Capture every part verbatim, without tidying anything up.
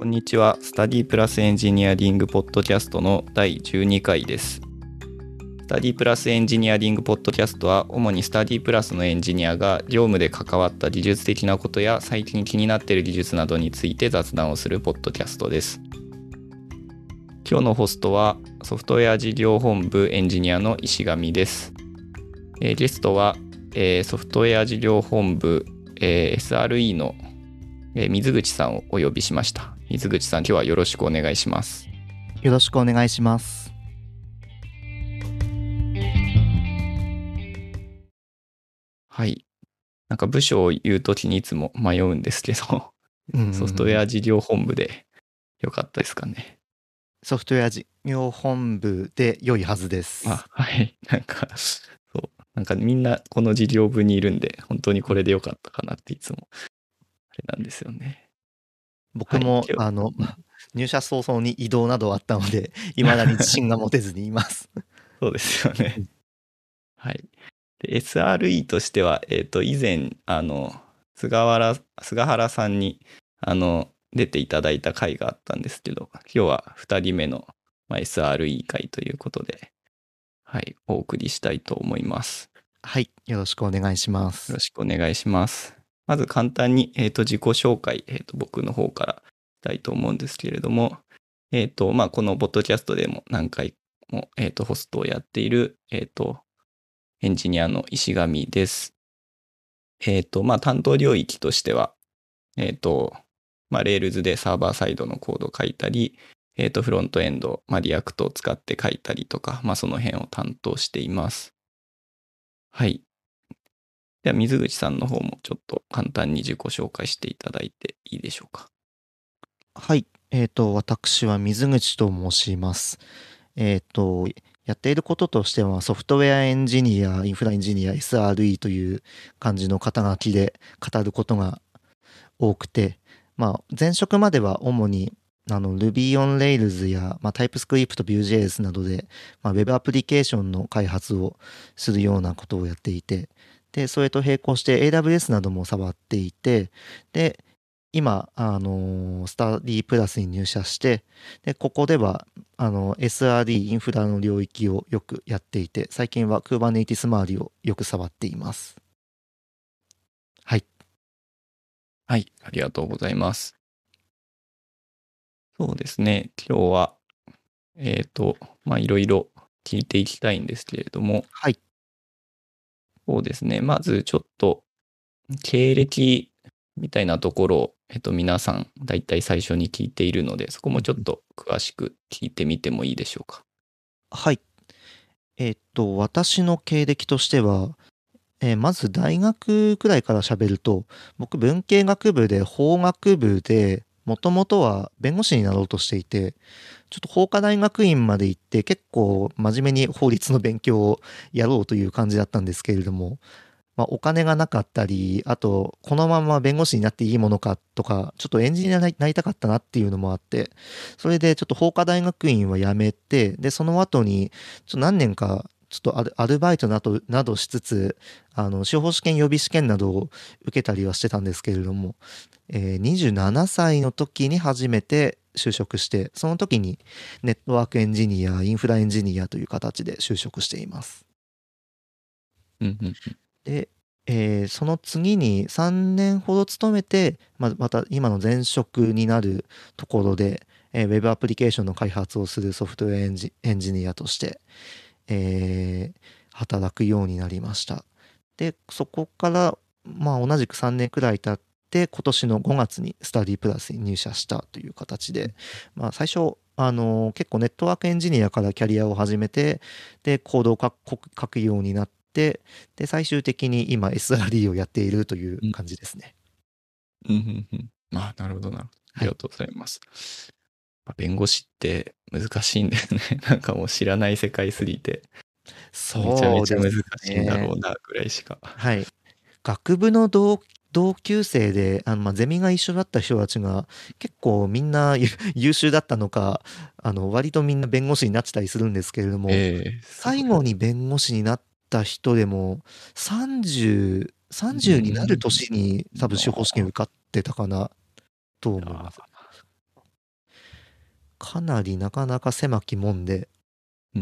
こんにちは。スタディプラスエンジニアリングポッドキャストのだいじゅうにかいです。スタディプラスエンジニアリングポッドキャストは、主にスタディプラスのエンジニアが業務で関わった技術的なことや最近気になっている技術などについて雑談をするポッドキャストです。今日のホストはソフトウェア事業本部エンジニアの石上です。えー、ゲストは、えー、ソフトウェア事業本部、えー、エスアールイー の、えー、水口さんをお呼びしました。水口さん、今日はよろしくお願いします。 よろしくお願いします。 はい。なんか部署を言うときにいつも迷うんですけど、 うんうんうん、 ソフトウェア事業本部でよかったですかね。 ソフトウェア事業本部で良いはずです。 あ、はい。なんか、そう。なんかみんなこの事業部にいるんで、本当にこれでよかったかなっていつも、あれなんですよね。 僕も、はい、あの、入社早々に異動などあったので、いまだに自信が持てずにいます。 そうですよね。はい。で エスアールイー としては、えっと、以前、あの、菅原、菅原さんに、あの、出ていただいた回があったんですけど、今日はふたりめの、まあ、エスアールイー 回ということで、はい、お送りしたいと思います。 はい、よろしくお願いします。 よろしくお願いします。まず簡単に、えっと、自己紹介、えっと、僕の方からしたいと思うんですけれども、えっと、まあ、このポッドキャストでも何回も、えっと、ホストをやっている、えっと、エンジニアの石上です。えっと、まあ、担当領域としては、えっと、まあ、Rails でサーバーサイドのコードを書いたり、えっと、フロントエンド、まあ、リアクトを使って書いたりとか、まあ、その辺を担当しています。はい。では、水口さんの方もちょっと簡単に自己紹介していただいていいでしょうか。 はい、えっと、私は水口と申します。えっと、やっていることとしては、ソフトウェアエンジニア、インフラエンジニア、エスアールイー という感じの肩書きで語ることが多くて、まあ、前職までは主にあの Ruby on Rails や、まあ、TypeScript、Vue.js などで、まあ、Web アプリケーションの開発をするようなことをやっていて、で、それと並行して エーダブリューエス なども触っていて、で、今、あの、スタディプラスに入社して、で、ここでは、あの、エスアールイー インフラの領域をよくやっていて、最近は Kubernetes 周りをよく触っています。はい。 はい、ありがとうございます。そうですね、今日は、えっと、まあ、いろいろ聞いていきたいんですけれども、 はい。 そうですね、まずちょっと、経歴みたいなところを、えっと、皆さん、だいたい最初に聞いているので、そこもちょっと詳しく聞いてみてもいいでしょうか。 はい。えっと、私の経歴としては、えーまず大学くらいから喋ると、僕文系学部で法学部で、もともとは弁護士になろうとしていて、ちょっと法科大学院まで行って結構真面目に法律の勉強をやろうという感じだったんですけれども、まあ、お金がなかったり、あと、このまま弁護士になっていいものかとか、ちょっとエンジニアになりたかったなっていうのもあって、それでちょっと法科大学院は辞めて、で、その後に、ちょっと何年か、ちょっとアルアルバイトなど、などしつつ、あの、司法試験予備試験などを受けたりはしてたんですけれども、えーにじゅうななさいの時に初めて就職して、その時にネットワークエンジニア、インフラエンジニアという形で就職しています。 うんうんうん、 で、えーその次にさんねんほど勤めて、ままた今の前職になるところで、えー、Web アプリケーションの開発をするソフトウェアエンジ、エンジニアとして、えー働くようになりました。で、そこから、まあ同じくさんねんくらい経って、今年のごがつにスタディプラスに入社したという形で、まあ最初、あの結構ネットワークエンジニアからキャリアを始めて、で、コードを書く書くようになって、で、最終的に今 エスアールイー をやっているという感じですね。 うんうんうん。あ、なるほどなるほど。ありはい。 がとうございます。弁護士って難しいんですね。なんかもう知らない世界すぎて、めちゃめちゃ難そうですしいんだろね。 うな、ぐらいしか。 はい。学部の同、同級生で、あの、まあ、ゼミが一緒だった人たちが、結構みんな優優秀だったのか、あの、割とみんな弁護士になってたりするんですけれども、 ええ、すごい。 最後に弁護士になった人でも、さんじゅう、 うさんじゅうになるん。 年に多分司法試験受かってたかなといや思います。 かなりなかなか狭き門で、 うん。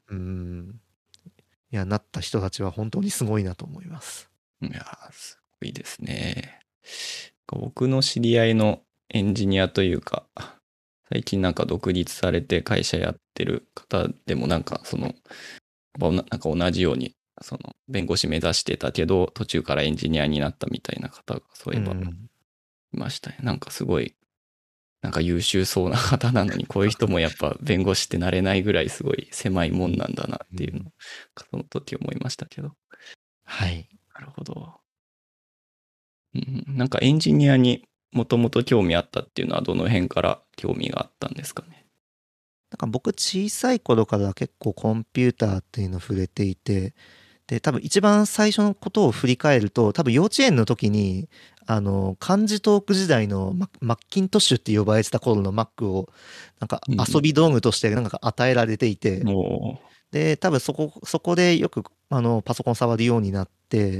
うーん、いや、なった人たちは本当にすごいなと思います。 いやー、すごいですね。僕の知り合いのエンジニアというか、最近なんか独立されて会社やってる方でもなんかその、なんか同じように、その弁護士目指してたけど、途中からエンジニアになったみたいな方がそういえばうんいましたね。なんかすごい、なんか優秀そうな方なのに、こういう人もやっぱ弁護士ってなれないぐらいすごい狭いもんなんだなっていうのを、その時思いましたけど。 はい。 なるほど。うん、なんかエンジニアにもともと興味あったっていうのはどの辺から興味があったんですかね。 なんか僕小さい頃から結構コンピューターっていうのを触れていて、で、多分一番最初のことを振り返ると、多分幼稚園の時に、あの、漢字トーク時代のママッキントッシュって呼ばれてた頃の Mac を、なんかうん遊び道具としてなんか与えられていうん、 て、 もで、多分そこ、そこでよくあのパソコン触るようになって、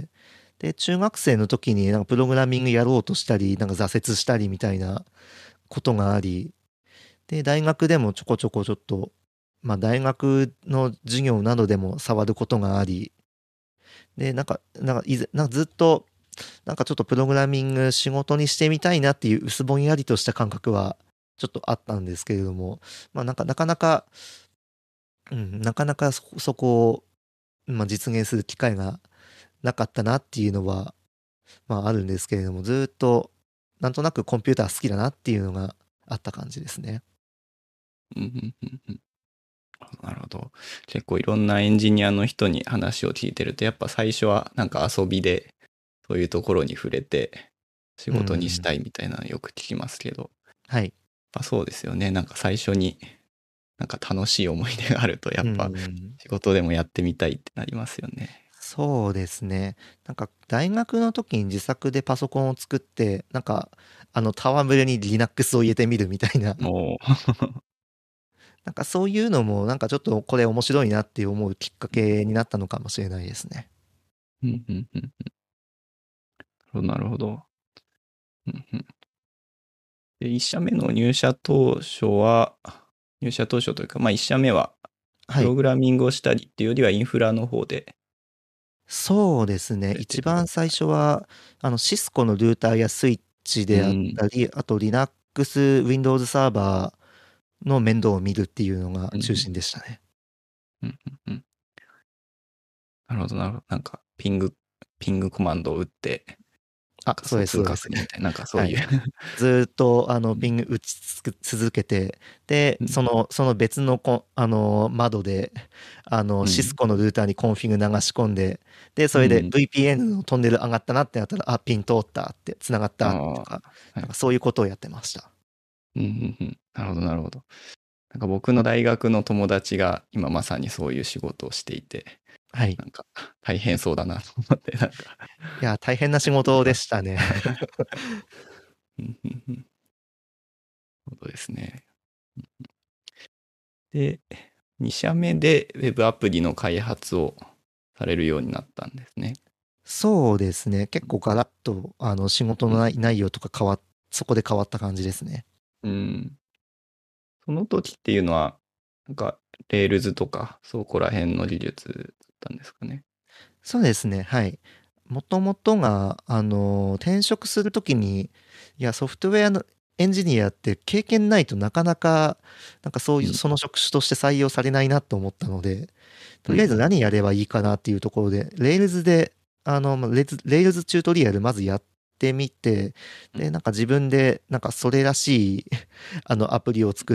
で、中学生の時になんかプログラミングやろうとしたり、なんか挫折したりみたいなことがあり、で、大学でもちょこちょこちょっと、まあ大学の授業などでも触ることがあり、で、なんか、なんか以前、なんかずっと、なんかちょっとプログラミング仕事にしてみたいなっていう薄ぼんやりとした感覚はちょっとあったんですけれども、まあなんかなかなか、うん、なかなかそ、そこを、まあ、実現する機会がなかったなっていうのは、まああるんですけれども、ずっとなんとなくコンピューター好きだなっていうのがあった感じですね。 う、うんうんうんうん、なるほど。結構いろんなエンジニアの人に話を聞いてると、やっぱ最初はなんか遊びでそういうところに触れて仕う事にしん。 たいみたいなのよく聞きますけど、 はい。 まあ、そうですよね。なんか最初になんか楽しい思い出があるとやっうぱん。 仕事でもやってみたいってなりますよね。 そうですね。なんか大学の時に自作でパソコンを作って、なんかあの戯れに Linux を入れてみるみたいな、 もう、 なんかそういうのもなんかちょっとこれ面白いなって思うきっかけになったのかもしれないですね。 うんうんうんうん、なるほど。うんうん、で、いっ社目の入社当初は、入社当初というか、まあいっ社目ははい。 プログラミングをしたりっていうよりはインフラの方でそうですね。 触れて一るって感番最初は、あのシスコのルーターやスイッチじ。うであっん。 たり、あと Linux、Windows サーバーの面倒を見るっていうのが中うん。 心でしたね。 うんうんうん、なるほど、なるほど。なんか、ピング、ピングコマンドを打って、なんあ、 かそうです、 素数そうです。 確認みたいな、なんかそういう。 はい。ずーっとあのうん。 ピング打ちつく続けて、で、 うん。 その、その別のこ、あの窓で、あのシスうん。 コのルーターにコンフィグ流し込んで、で、それでうん。 ブイピーエヌ のトンネル上がったなってなったら、あ、ピン通ったって、繋がっあたとあ、 か、 はい。 なんかそういうことをやってました。 うんうんうん。なるほど、なるほど。なんか僕の大学の友達が今まさにそういう仕事をしていて、 はい。 なんか大変そうだなと思って、なんかいや、大変な仕事で聞いてます。 したね。 うんうんうん、そうですね。で、に社目で Web アプリの開発をされるようになったんですね。 そうですね。結構ガラッと、あの、仕事の内内容とか変わっ、そこで変わった感じですね。 うん。その時っていうのは、なんか、レールズとか、そこら辺の技術だったんですかね。 そうですね。はい。もともとが、あの、転職するときに、いや、ソフトウェアのエンジニアって経験ないとなかなか、なんかそういう、 うん。 その職種として採用されないなと思ったので、とりあえずうん。 何やればいいかなっていうところで、Rails で、あの、まあレールズ、Rails チュートリアルまずやってみて、で、なんか自分で、なんかそれらしいあの、アプリを作って、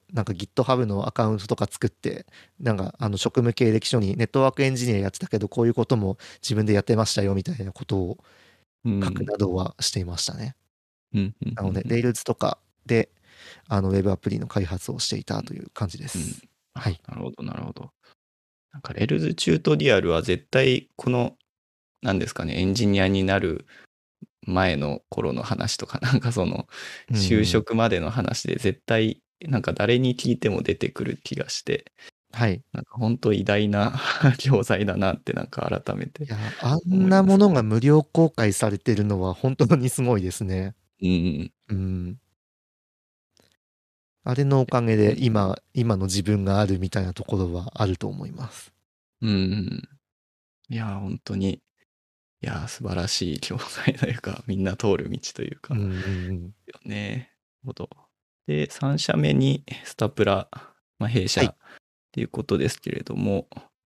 なんか GitHub のアカウントとか作って、なんか、あの、職務経歴書にネットワークエンジニアやってたけど、こういうことも自分でやってましたよ、みたいなことをうん。 書くなどはしていましたね。 うん。うん。 なので、 うん。 Rails とかで、あの、ウェブアプリの開発をしていたという感じでうん。 す。はあ、 い。 なるほど、なるほど。なんか、レールズチュートリアルは絶対、この、なんですかね、エンジニアになる前の頃の話とか、なんかその、 う就ん。 職までの話で絶対、なんか誰に聞いても出てくる気がして、 はい。 なんか本当偉大な教材だなってなんか改めていや、あん思います。 なものが無料公開されてるのは本当にすごいですね。 うん。 うん。 あれのおかげでうん。 今、今の自分があるみたいなところはあると思います。 うん。いや、本当に、いや、素晴らしい教材というか、みんな通る道というか、 うんうんうん。 よね。なるほど。で、さん社目にスタプラ、まあ、弊はい。 社っていうことですけれども、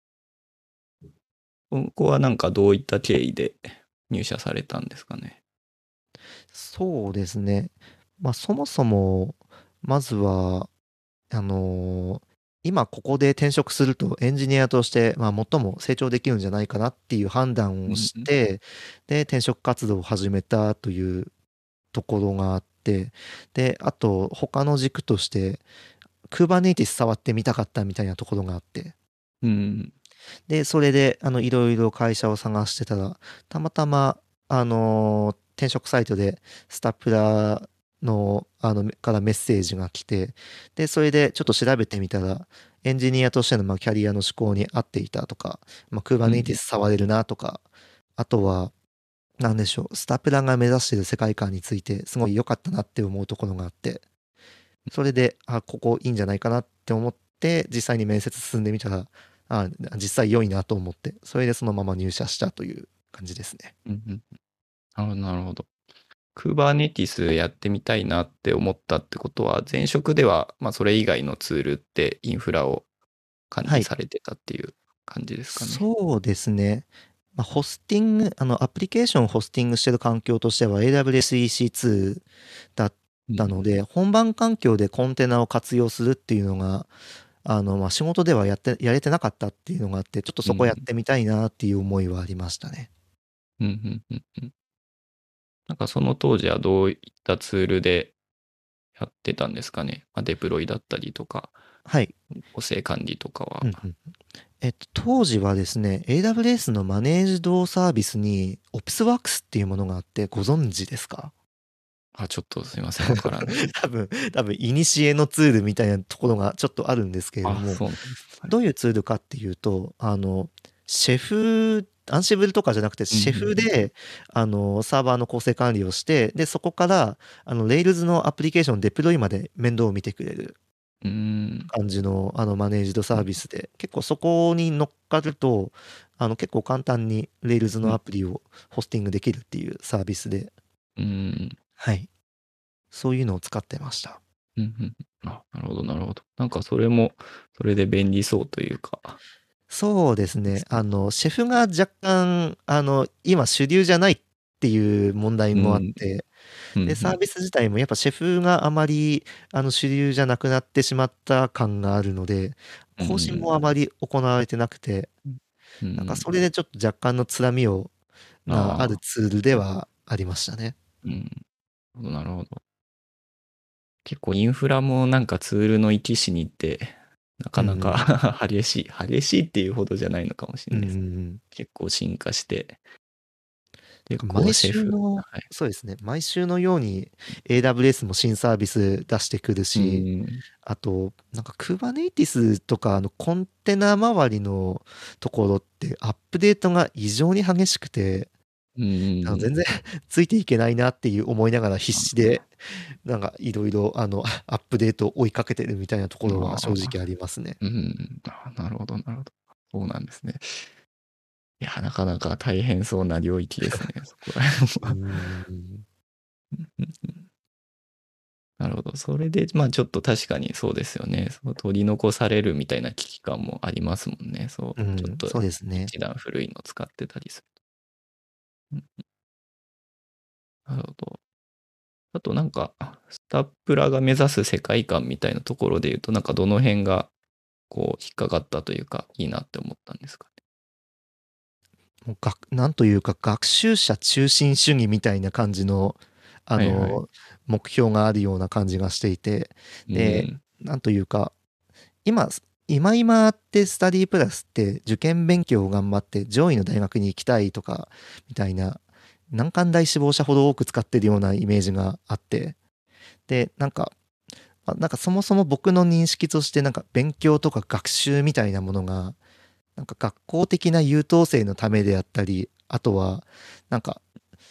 ここはなんかどういった経緯で入社されたんですかね。 そうですね。まあそもそも、まずは、あのー今ここで転職するとエンジニアとして、まあ、最も成長できるんじゃないかなっていう判断をしうん。 て、で、転職活動を始めたというところがあって、で、あと他の軸として、Kubernetes 触ってみたかったみたいなところがあって、 うん。 で、それで、あの、いろいろ会社を探してたら、たまたま、あのー転職サイトで、スタプラの、あの、からメッセージが来て、で、それでちょっと調べてみたら、エンジニアとしての、まあ、キャリアの志向に合っていたとか、まあ、 う Kubernetes ん。 触れるなとか、あとは、なんでしょう、スタプラが目指している世界観について、すごい良かったなって思うところがあって、それで、あ、ここいいんじゃないかなって思って、実際に面接進んでみたら、あ、実際良いなと思って、それでそのまま入社したという感じですね。 うん。うん。なるほど、なるほど。Kubernetes やってみたいなって思ったってことは、前職では、まあ、それ以外のツールってインフラを管はい。 理されてたっていう感じですかね。 そうですね。まあ、ホスティング、あの、アプリケーションをホスティングしている環境としては エーダブリューエス イーシーツー だったので、本番環境でコンテナを活用するっていうのが、あの、まあ、仕事ではやって、やれてなかったっていうのがあって、ちょっとそこやっうん。 てみたいなっていう思いはありましたね。 うん。うん。うん。うん。なんかその当時はどういったツールでやってたんですかね。まあ、デプロイだったりとか、 はい。 補正管理とかは。 うんうん。えっと、当時はですね、エーダブリューエス のマネージドサービスに OpsWorks っていうものがあってご存知ですか？ あ、ちょっとすいません、わからないです。 多分、多分、いにしえのツールみたいなところがちょっとあるんですけれどあ、 も、 そうなんです。はい。 どういうツールかっていうと、あの、シェフ、アンシブルとかじゃなくて、 うん。 シェフで、あの、サーバーの構成管理をして、で、そこから、あの、Rails のアプリケーションデプロイまで面倒を見てくれるうん。 感じの、あの、マネージドサービスで、結構そこに乗っかると、あの、結構簡単に Rails うん。 のアプリをホスティングできるっていうサービスで、 うん。 はい。そういうのを使ってました。 うん。うん。あ、なるほど、なるほど。なんかそれも、それで便利そうというか。 そうですね。あの、シェフが若干、あの、今主流じゃないっていう問題もあっうん。 て、で、サーうん。 ビス自体もやっぱシェフがあまり、あの、主流じゃなくなってしまった感があるので、 う更新もあん。 まり行われてなくて、 うん。うなんかそん。 れでちょっと若干のつらみを、があるああ。 ツールではありましたね。 うん。なるほど。結構インフラもなんかツールの一種にって、なかなうんか激しい、激しいっていうほどじゃないのかもしうん。 れないです。 うんうんうん。 結構進化して、結構毎シェフ、 週の、 はい。 そうですね。毎週のように エーダブリューエス も新サービス出してくるうし、 ん。 あと、なんか Kubernetes とか、あの、コンテナ周りのところってアップデートが異常に激しくて、 うん。 あの、全然ついていけないなっていう思いながら必死で、なんかいろいろ、あの、アップデートを追いかけてるみたいなところは正ああ、 直ありますね。 うん。あ、なるほど、なるほど。そうなんですね。いや、なかなか大変そうな領域ですね、そこらうー辺は。 ん。 うん。うん。なるほど。それで、まあちょっと確かにそうですよね。そう取り残されるみたいな危機感もありますもんね。そう、ちょっうん、 とそうですね。 一段古いの使ってたりする。うん。なるほど。あとなんか、スタプラが目指す世界観みたいなところで言うと、なんかどの辺がこう引っかかったというか、いいなって思ったんですかもうがなんというか学習者中心主義みたいな感じの、あね。はいはい。 の、目標があるような感じがしていて、 うで、 ん。 なんというか、今、今今ってスタディプラスって受験勉強を頑張って上位の大学に行きたいとか、みたいな、難関大志望者ほど多く使ってるようなイメージがあって、で、なんか、まあなんかそもそも僕の認識としてなんか勉強とか学習みたいなものがなんか学校的な優等生のためであったり、あとは、なんか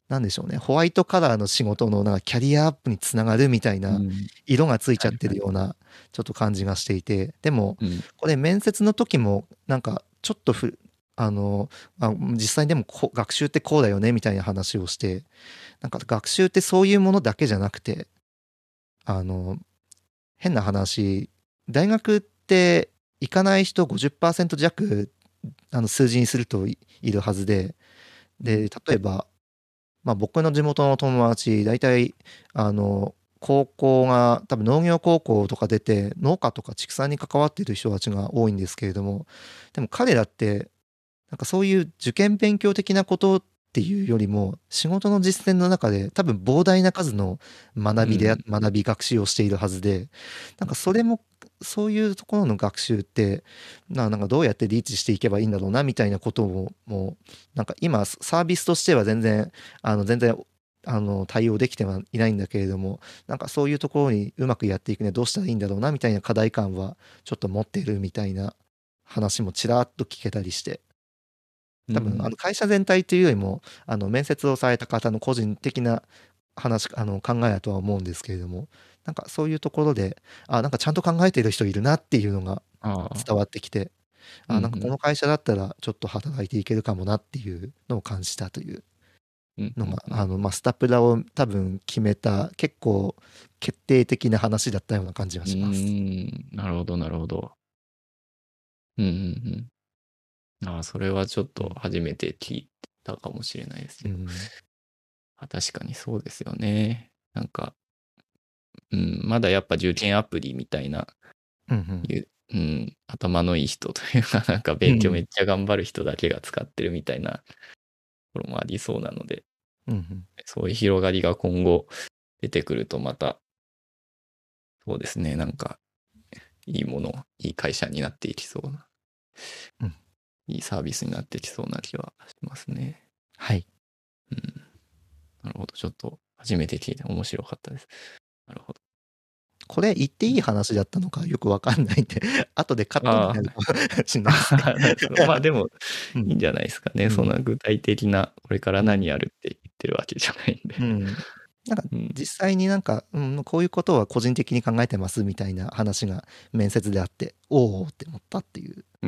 なんでしょうね、ホワイトカラーの仕事のなんかキャリアアップにつながるみたいうなん色がついちゃってるようなちょっと感じがしていて、でもうんこれ面接の時もなんかちょっとふあの、あ、実際でもこ学習ってこうだよねみたいな話をして、なんか学習ってそういうものだけじゃなくて、あの変な話、大学って行かない人ごじゅっパーセント弱あの数字にするといいるはずで、で、例えば、まあ、僕の地元の友達、大体、あの、高校が多分農業高校とか出て、農家とか畜産に関わっている人たちが多いんですけれども、でも彼らって、なんかそういう受験勉強的なことっていうよりも、仕事の実践の中で多分膨大な数の学びであ、 うん学び学習をしているはずで、なんかそれも、そういうところの学習って、な、なんかどうやってリーチしていけばいいんだろうなみたいなことを、もう、なんか今サービスとしては全然、あの、全然、あの、対応できてはいないんだけれども、なんかそういうところにうまくやっていくにはどうしたらいいんだろうなみたいな課題感はちょっと持っているみたいな話もちらっと聞けたりして、多分、あの会社全体というよりも、あの面接をされた方の個人的な話、あの考えだとは思うんですけれども、なんかそういうところで、あ、なんかちゃんと考えている人いるなっていうのがああ伝わってきて、あ、なんかこうんうんの会社だったらちょっと働いていけるかもなっていうのを感じたといううんのが、 うんうんあの、まあ、スタプラを多分決めた結構決定的な話だったような感じはうします。 ーんなるほどなるほど。うんうんうん。ああ、それはちょっとうん。 初めて聞いたかもしれないですけど。 うん。 あ、確かにそうですよね。なんか、うん、まだやっぱ受験アプリみたいな、 うんいううん、頭のいい人というか、なんかうん。うん。 勉強めっちゃ頑張る人だけが使ってるみたいなところもありそうなので、 うん。 そういう広がりが今後出てくるとまた、そうですね、なんか、いいもの、いい会社になっていきそうな、 うん。 いいサービスになっていきそうな気はしますね。 はい。 うん。なるほど。ちょっと初めて聞いて面白かったです。なるほど。 これ言っていい話だったのかよくわかんないんで、後でカットにあなるかもしれないですね。 あ、なるほど。まあでも、 うん。 いいんじゃないですかね。 うん。 そんな具体的な、これからうん。 何やるって言ってるわけじゃないんで。 うん。なんかうん。 実際になんか、うん、こういうことは個人的に考えてますみたいな話が面接であって、おおって思ったっていううん。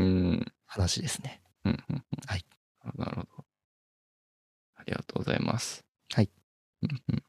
話ですね。 うん。うん。 はい。 なるほど。ありがとうございます。 はい。 うんうん。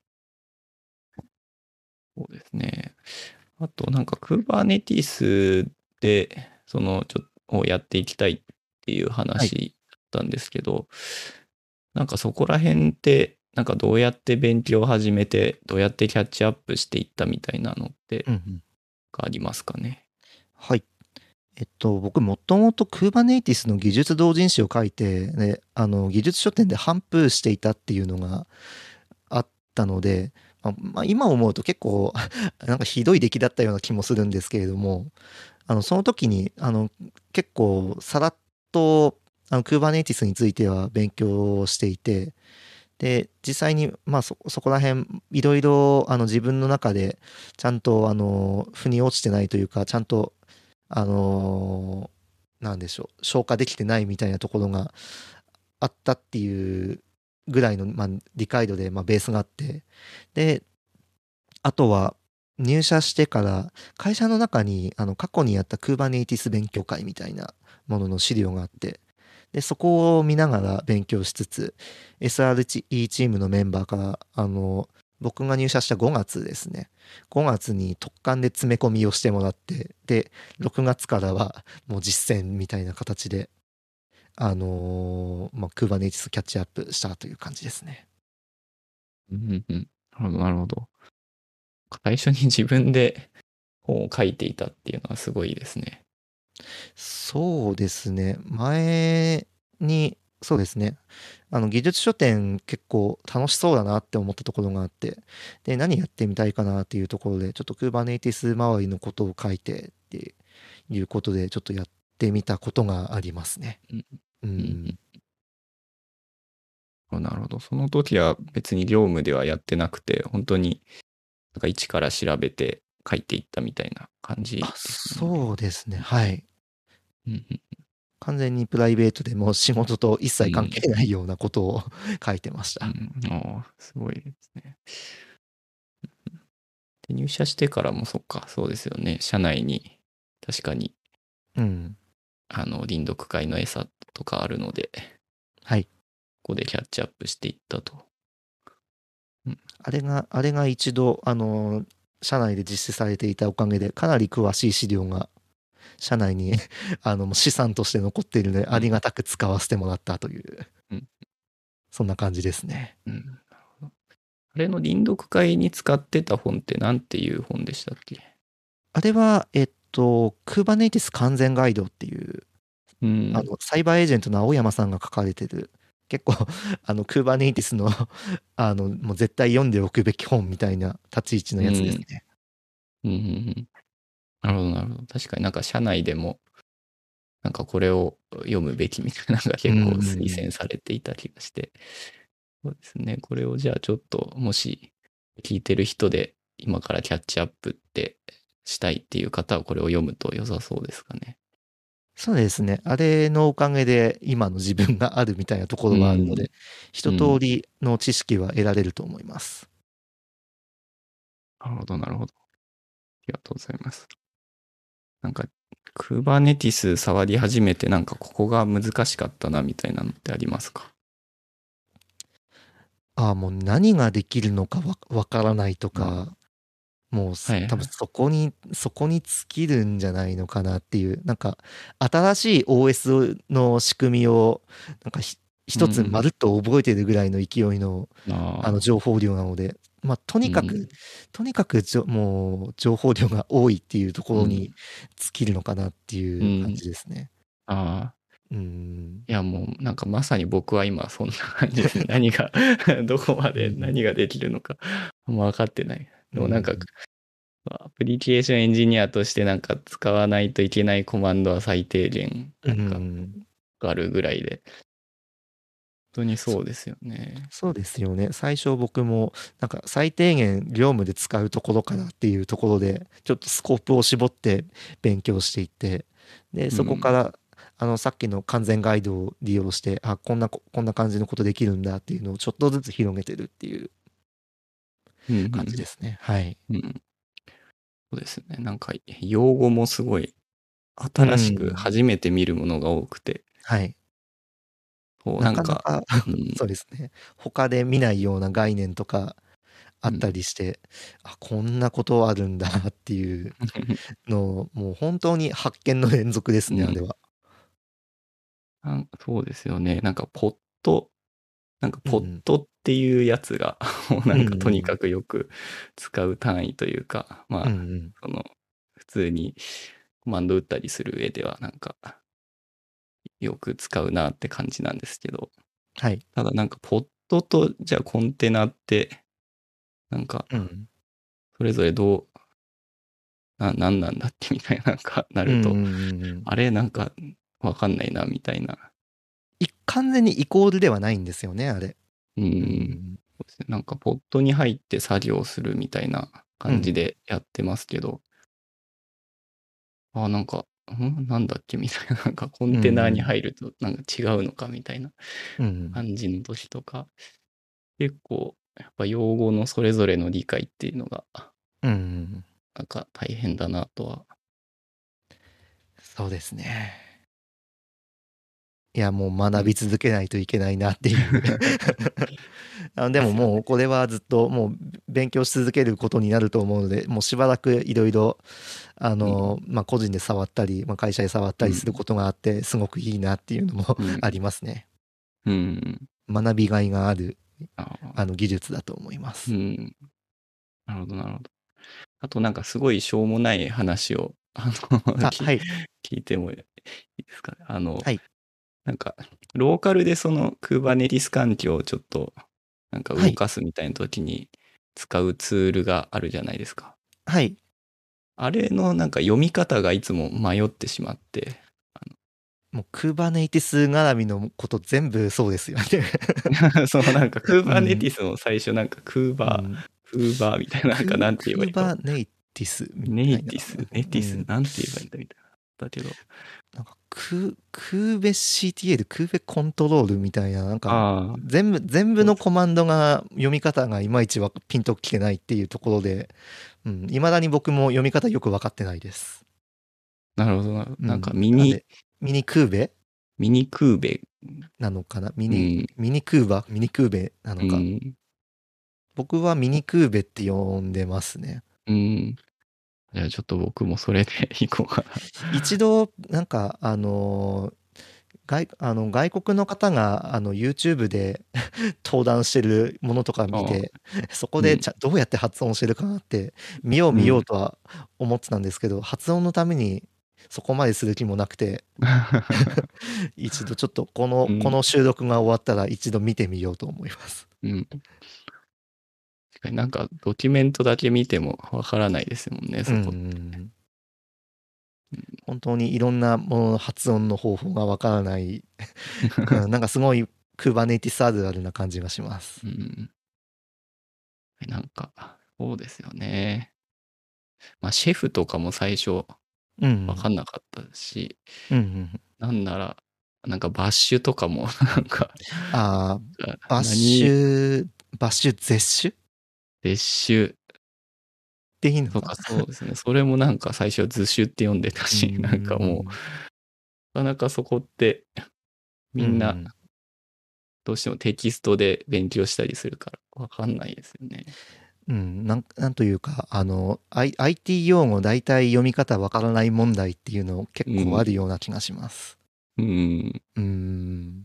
そうですね。あと、なんか Kubernetes で、その、ちょっと、をやっていきたいっていうはい。 話だったんですけど、なんかそこら辺って、なんかどうやって勉強を始めて、どうやってキャッチアップしていったみたいなのってうんうん。 ありますかね。 はい。えっと、僕もともと Kubernetes の技術同人誌を書いて、ね、あの、技術書店で頒布していたっていうのがあったので、まあ、まあ今思うと結構なんかひどい出来だったような気もするんですけれども、あの、その時に、あの、結構さらっと、あの、Kubernetes については勉強をしていて、で、実際に、まあそ、そこら辺、いろいろ、あの、自分の中で、ちゃんと、あの、腑に落ちてないというか、ちゃんと、あの、なんでしょう、消化できてないみたいなところがあったっていうぐらいの、まあ、理解度で、まあ、ベースがあって、で、あとは、入社してから会社の中にあの過去にやった Kubernetes 勉強会みたいなものの資料があって、で、そこを見ながら勉強しつつ、エスアールイー チームのメンバーから、あの、僕が入社したごがつですね。ごがつに特貫で詰め込みをしてもらって、で、ろくがつからはもう実践みたいな形で、あのーまあ、Kubernetes キャッチアップしたという感じですね。 うんうん。なるほど、なるほど。最初に自分で本を書いていたっていうのはすごいですね。 そうですね。前に、そうですね。あの、技術書店結構楽しそうだなって思ったところがあって、で、何やってみたいかなっていうところで、ちょっと Kubernetes 周りのことを書いてっていうことで、ちょっとやってみたことがありますね。 うん。 ううんん。 うん。なるほど。その時は別に業務ではやってなくて、本当になんか一から調べて書いていったみたいな感じあ、 ですもんね。 そうですね。はい。 うんうん。 完全にプライベートでもう仕事と一切関うん。 係ないようなことを書いてましうた。 ん。ああ、すごいですね。で、入社してからもそっか、そうですよね。社内に確かに、 うん。 あの、臨読会の餌とかあるので、 はい。 ここでキャッチアップしていったと。うん。 あれが、あれが一度、あの、社内で実施されていたおかげで、かなり詳しい資料が社内にあの、もう資産として残っているので、ありがたく使わせてもらったという、 うん。 そんな感じですね。 うん。なるほど。あれの臨読会に使ってた本って何ていう本でしたっけ？ あれは、えっと、Kubernetes 完全ガイドっていう、 うん。 あの、サイバーエージェントの青山さんが書かれてる、結構あの、Kubernetes のあの、もう絶対読んでおくべき本みたいな立ち位置のやつですね。 うん。うん。うん。なるほど、なるほど。確かになんか社内でも、なんかこれを読むべきみたいなのが結構推薦されていた気がして。そうですね。これをじゃあちょっと、もし聞いてる人で今からキャッチアップってしたいっていう方はこれを読むと良さそうですかね。 そうですね。あれのおかげで今の自分があるみたいなところはあるのうん。 で、一通りの知識は得られると思います。 なるほど、なるほど。ありがとうございます。なんか、Kubernetes 触り始めてなんかここが難しかったなみたいなのってありますか？ ああ、もう何ができるのかわわからないとまか、もうすはいはい。 多分そこに、そこに尽きるんじゃないのかなっていう、なんか新しい オーエス の仕組みを、なんかひ一つまるっと覚えてるぐらいの勢いの、あのああ、 情報量なので、まあとにかく、 うん。 とにかくじょもう情報量が多いっていうところにうん。 尽きるのかなってういう感ん。 じですね。 ああ。 うん。 いやもうなんかまさに僕は今そんな感じですね。何がどこまでうん何ができるのかあんま分かってない。 うでもなんかんアプリケーションエンジニアとしてなんか使わないといけないコマンドは最低限うなんかん。 あるぐらいで、本当にそそうですよね。 そうですよね。最初僕も、なんか最低限業務で使うところからっていうところで、ちょっとスコープを絞って勉強していって、で、そこかうん。 ら、あの、さっきの完全ガイドを利用して、あ、こんなこ、こんな感じのことできるんだっていうのをちょっとずつ広げてるっていううん。う感じでん。 すね。はい。 うん。そうですね。なんか用語もすごいう新しくん。 初めて見るものが多くて、 はい。 こうななんか、 かなかうん。 そうですね。他で見ないような概念とかあったうん。 りして、あ、こんなことあるんだっていうのを、もう本当に発見の連続ですね、あれうん。 は。 なんそうですよね。なんかポットなんかポッうん。 トっていうやつがもううなんかとにん。 かくよく使う単位というか、まうんうあ、 ん。 その、普通にコマンド打ったりする上ではなんかよく使うなって感じなんですけど、 はい。 ただなんかポットとじゃあコンテナってなんかうん。 それぞれどう、な、なんなんだっけみたいななんかなると、 うんうんうんうん。 あれなんかわかんないなみたいな。 い完全にイコールではないんですよね、あれ。 ううん。 ん。 そうですねなんかポットに入って作業するみたいなうん。 感じでやってますけど、あ、なんか、んなんだっけみたいな、なんかコうンテナにん。 入るとなんか違うのかみたいなうん。 感じの時とか、結構やっぱ用語のそれぞれの理解っていうのが、 うん。 なんか大変だなとは。 そうですね。いや、もう学びうん。 続けないといけないなっていうあのでですよね。 ももうこれはずっともう勉強し続けることになると思うので、もうしばらくいろいろ、あうん。 の、まあ、個人で触ったり、まあ、会社で触ったりするうん。 ことがあって、すごくいいなっていうのもうあん。 りますね。 うん。 学びがいがある、 ああ、 あの技術だと思います。 うん。なるほど、なるほど。あとなんかすごいしょうもない話を、あの、 あ、 きはい。 聞いてもいいですかね。あの、 はい。 なんか、ローカルでその Kubernetes 環境をちょっと、なんかはい。 動かすみたいな時に使うツールがあるじゃないですか。 はい。 あれのなんか読み方がいつも迷ってしまって、 もう Kubernetes 絡みのこと全部そうですよね。 そのなんかうん。 Kubernetes も最初なんかう Kuber、 ん。 Kuber みたいななんかク、 なんて言えばいいか。 Kubernetes みたいな。 ネイティス、ネうティス、 ん。 なんて言えばいいんだみたいな。 ったけど。 なんかク、クーベ シーティーエル、クーベコントロールみたいな、なんかああ、 全部、全部のコマンドが読み方がいまいちわピンときてないっていうところで、うん、未だに僕も読み方よく分かってないです。 なるほどなるほど。 うん、 なんかミニなんで、ミニクーベミニクーベ。 なのかなミニ、 うん。 ミニクーバミニクーベなのか。 うん。 僕はミニクーベって呼んでますね。 うん。じゃあちょっと僕もそれでいこうかな。 一度、なんか、あのー外あの外国の方があの YouTube で登壇してるものとか見ああ、 て、そこうん。 でちゃどうやって発音してるかなって見よう見よううん。 とは思ってたんですけど、発音のためにそこまでする気もなくて、一度ちょっとこの、こうん。 の収録が終わったら一度見てみようと思います。 うん。確かになんかドキュメントだけ見てもわからないですもんね、 うそこ。 ん。本当にいろんなものの発音の方法がわからない、うん、なんかすごい Kubernetes あるあるな感じがします。 うん。なんか、そうですよね。まあ、シェフとかも最初うんわかんなかったし、 うん。うんうん。 なんなら、なんかバッシュとかも、なんか、 ああ、バッシ何、 ュ、バッシュ絶種別種でいいのか。 とかそうですね。それもなんか最初図種って読んでたうーし、なんかもう、 ん。 なかなかそこってうみんなん。 どうしてもテキストで勉強したりするからわかんないですよね。 うん。なん、なんというか、あの、I、アイティー 用語大体読み方わからない問題っていうの結構あうん。 るような気がします。 うん。 うーん。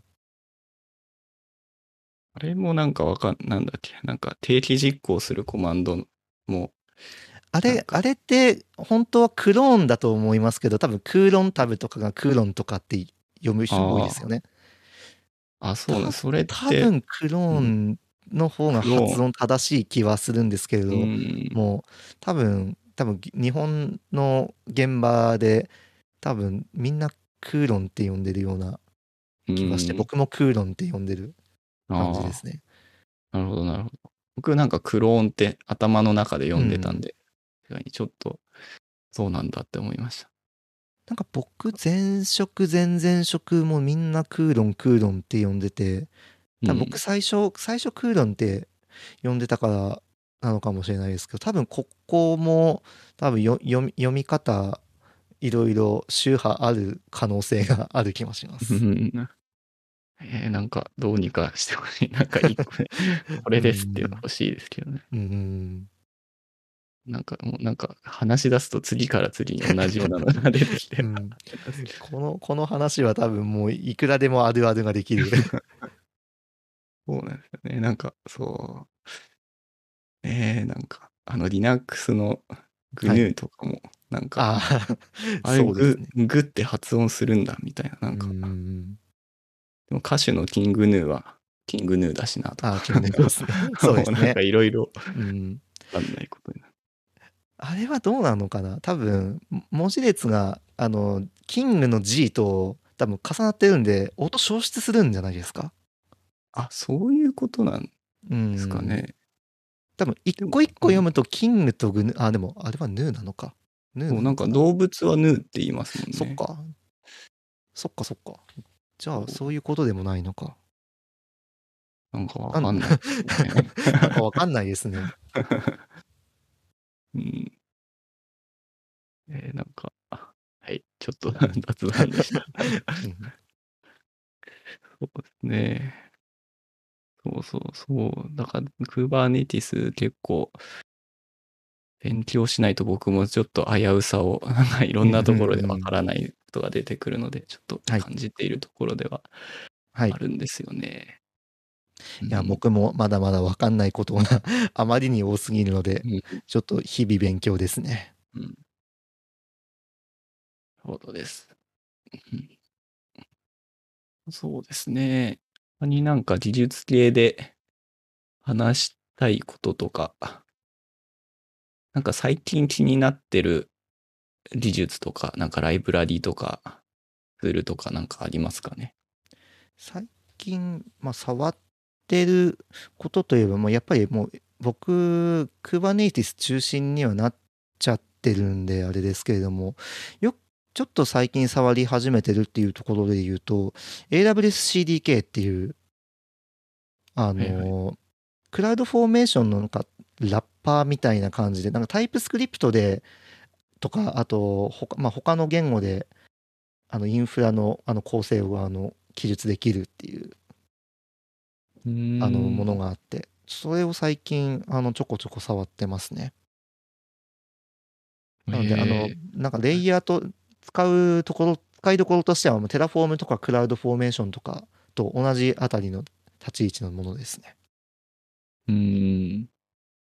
あれもなんかわかん、なんだっけ。なんか定期実行するコマンドも、 あれ、 なんか、 あれって本当はクローンだと思いますけど、多分クーロンタブとかがクーロンとかって読む人多いですよあね。 あ、あ、そうね。 た、 それっ多て、 分クローうん、 ンの方がクローン。 発音正しい気はするんですけれうど、 ん。 もう多分、多分日本の現場で多分みんなクーロンって呼んでるようなう気はして、 ん。 僕もクーロンって呼んでる感じであすね。 あ、なるほど、なるほど。僕なんかクローンって頭の中でう読んでたんん。 で、確かにちょっとそうなんだって思いました。 なんか僕、前職、前々職もみんなクーロン、クーロンって呼んでて、多分僕うん。 最初、最初クーロンって呼んでたからなのかもしれないですけど、多分ここも多分よ読み、読み方いろいろ宗派ある可能性がある気もしまうす。 ん。えー、なんかどうにかしてほしい。なんか一個ね、これうですっていうのん。 欲しいですけどね。 うん。 なんかもうなんか話し出すと次から次に同じようなのが出てきて。 うん。この、この話は多分もういくらでもあるあるができる。 そうなんですよね。なんかそう。えー、なんかあの Linux のはい。 グヌー とかもなんか、 ああ、 あれグ、 そうですね。 グって発音するんだみたいな。なうんか、 ん。 でも歌手のキングヌーはキングヌーだしなとか、 ああ、気なんかになりますね。そうですね。 もうなんかいろいろうん。 わかんないことになる。 あれはどうなのかな多分、文字列が、あの、キングの G と多分重なってるんで、音消失するんじゃないですか？ あ、そういうことなんうですかん。 ね。 多分、一でも、 個一個うん、 読むと、キングとグヌ、あ、でも、あれはヌーなのか。ヌーそう、なんかなのかな。 動物はヌーって言いますもんね。 そっか。そっかそっか。じゃあ、 そう、 そういうことでもないのか。 なんかわなん、 かんないですね。 なんかわかんないですね。 うん、えーなんか、はい、ちょっと雑談でした。 うん。 そうですね。そうそうそう。だから、Kubernetes 結構勉強しないと僕もちょっと危うさを、なんかいろうんんなところでわかうんうん。 らないことが出てくるので、ちょっとはい。 感じているところでははい。いあるんですよね。うや、 ん。 僕もまだまだわかんないことがあまりに多すぎるので、 うん。 ちょっと日々勉強ですね。 うん。なるほどです。うんそうですね。他になんか技術系で話したいこととか、なんか最近気になってる技術とか、なんかライブラリとか、ツールとかなんかありますかね。 最近、まあ、触ってることといえば、もうやっぱりもう僕、Kubernetes 中心にはなっちゃってるんで、あれですけれども、よちょっと最近触り始めてるっていうところで言うと、エーダブリュエスシーディーケー っていう、あの、 はいはい。 クラウドフォーメーションのなんかラッパーみたいな感じで、なんかタイプスクリプトでとか、あと他、まあ、他の言語であのインフラのあの構成をあの記述できるっていううーあのものん。 があって、それを最近あのちょこちょこ触ってますね。なので、あの、 ええ。 なんかレはい。 イヤーと使うところ、使いどころとしては、もうテラフォームとかクラウドフォーメーションとかと同じあたりの立ち位置のものですね。 うーん。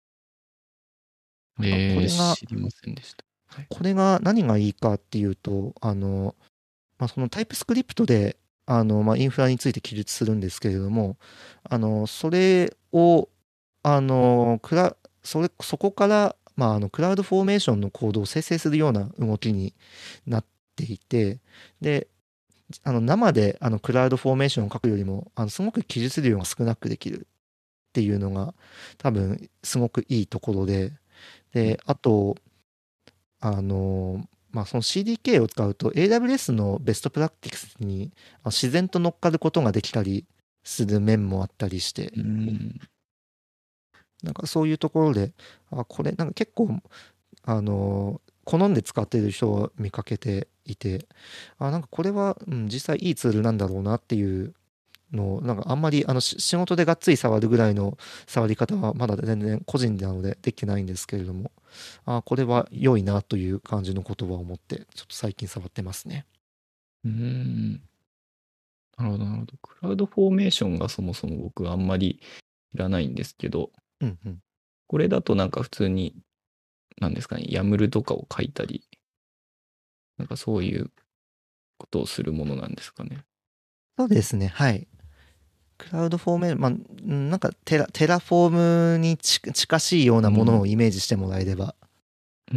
まあこええ、 れが、 知りませんでした。はい。 これが何がいいかっていうと、あの、まあ、そのタイプスクリプトで、あの、まあ、インフラについて記述するんですけれども、あの、それを、あの、クラ、それ、そこから、まあ、あの、クラウドフォーメーションのコードを生成するような動きになっていて、で、あの生であのクラウドフォーメーションを書くよりもあのすごく記述量が少なくできるっていうのが多分すごくいいところで、 うん。 で、あと、あの、まあ、その シーディーケー を使うと エーダブリュエス のベストプラクティクスにあ自然と乗っかることができたりする面もあったりして、 うーん。 なんかそういうところで、あ、これなんか結構、あの、好んで使っている人を見かけていて、あ、なんかこれは、うん、実際いいツールなんだろうなっていうのなんかあんまりあのし仕事でがっつり触るぐらいの触り方はまだ全然個人なのでできてないんですけれども、あ、これは良いなという感じの言葉を持ってちょっと最近触ってますね。 うーん。なるほど、なるほど。クラウドフォーメーションがそもそも僕あんまり知らないんですけど、 うんうん。 これだとなんか普通に、なんですかね、ヤムルとかを書いたり、なんかそういうことをするものなんですかね。 そうですね。はい。クラウドフォーメーション、まあ、うんなんかテラ、テラフォームにち近しいようなものうん。 をイメージしてもらえれば、 うん、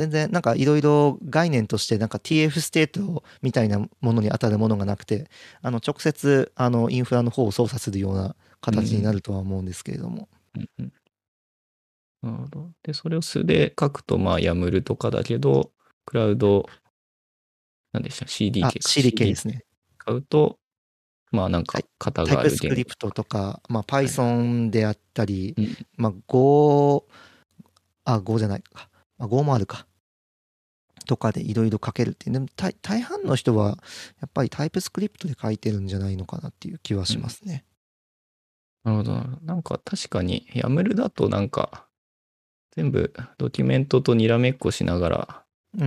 なんか全然、なんかいろいろ概念として、なんか ティーエフ ステートみたいなものに当たるものがなくて、あの直接あのインフラの方を操作するようなうん。う形になるん。 とは思うんですけれども。 うん。うん。なるほど。で、それを素で書くと、まあ、ヤムルとかだけど、クラウド、なんでしたあ、 ?シーディーケー か。 シーディーケー ですね。 シーディーケー 使うと、まあ、なんタイ、 か、型タイがある言プスクリプト語とか。 とか、まあ、 はいはい。 Python であったり、 うん。 まあ、Go、あ、Go じゃないか。まあ、Go もあるか。とかでいろいろ書けるっていう。でも大、大半の人は、やっぱりタイプスクリプトで書いてるんじゃないのかなっていう気はうん。 しますね。 なるほど、なるほど。なんか確かに、ヤムルだとなんか、全部ドキュメントとにらめっこしながらうんうん。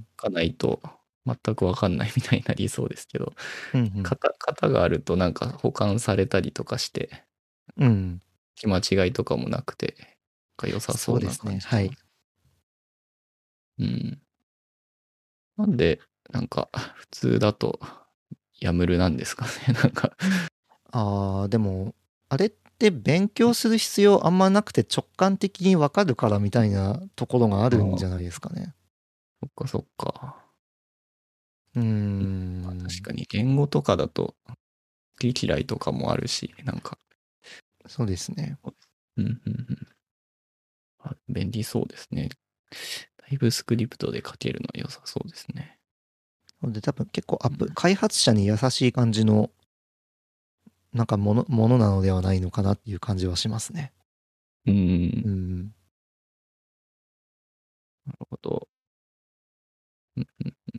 書かないと全くわかんないみたいになりそうですけど、 うんうん。 型、型があるとなんか保管されたりとかして、 うん。 間違いとかもなくて、なんか良さそうなそうですね。はい。 感じします。うん。なんで、なんか普通だとヤムルなんですかね。なんか、 ああ、でも、あれって勉強する必要あんまなくて直感的にわかるからみたいなところがあああ、 るんじゃないですかね。 そっかそっか。 うーまあ、確ん。 かに言語とかだと、好き嫌いとかもあるし、なんか、 そうですね。 うん、うん、うん。あ、便利そうですね。タイプスクリプトで書けるのは良さそうですね。 なので多分結構アップ、 うん、 開発者に優しい感じのなんかもの、ものなのではないのかなっていう感じはしますね。 うん、 うん。 なるほど。うん、うん、あり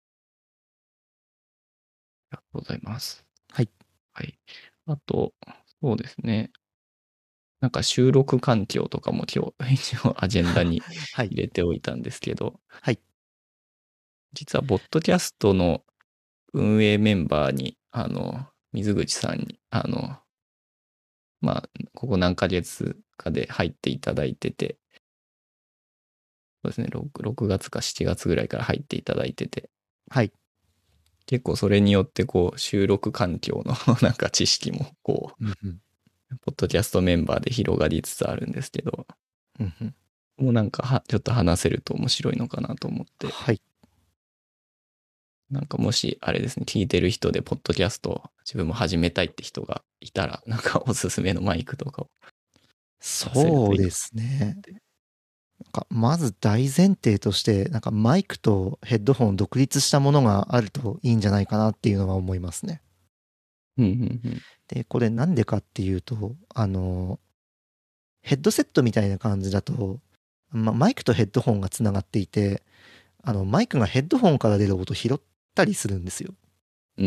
がとうございます。 はい。 はい。あと、そうですね。なんか収録環境とかも今日、一応アジェンダにはい。 入れておいたんですけど、 はい。 実は、ボッドキャストの運営メンバーに、あの、水口さんに、あの、まあ、ここ何ヶ月かで入っていただいてて、そうですね、6, ろくがつかしちがつぐらいから入っていただいてて、 はい。 結構それによってこう収録環境のなんか知識もこうんうん。 う、ポッドキャストメンバーで広がりつつあるんですけど、 うんうん。 もうなんかはちょっと話せると面白いのかなと思って、 はい。 なんかもしあれですね、聞いてる人でポッドキャストを自分も始めたいって人がいたら、なんかおすすめのマイクとかを出せるといいのかそうですね。 なって。 なんかまず大前提として、なんかマイクとヘッドホン独立したものがあるといいんじゃないかなっていうのは思いますね。 うんうんうん。 で、これなんでかっていうと、あの、ヘッドセットみたいな感じだと、ま、マイクとヘッドホンがつながっていて、あの、マイクがヘッドホンから出る音拾ったりするんですよ。 うん。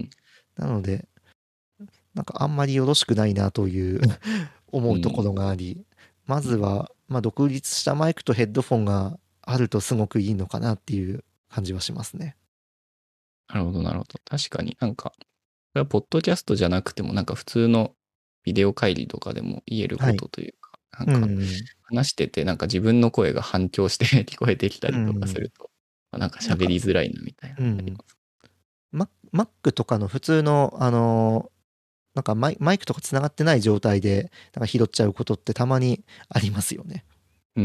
なので、なんかあんまりよろしくないなという思うところがあり、まずは、まあ、独立したマイクとヘッドフォンがあるとすごくいいのかなっていう感じはしますね。 なるほど、なるほど。確かになんか、これはポッドキャストじゃなくても、なんか普通のビデオ会議とかでも言えるはい。 ことというか、なんうかん。 話してて、なんか自分の声が反響して聞こえてきたうりとかすん。 ると、あなんかなんか、 喋りづらいなみたいなうん。 のあります。 マ Mac とかの普通の、あのーなんかマイマイクとかつながってない状態で、なんか拾っちゃうことってたまにありますよね。 うん、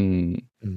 うん。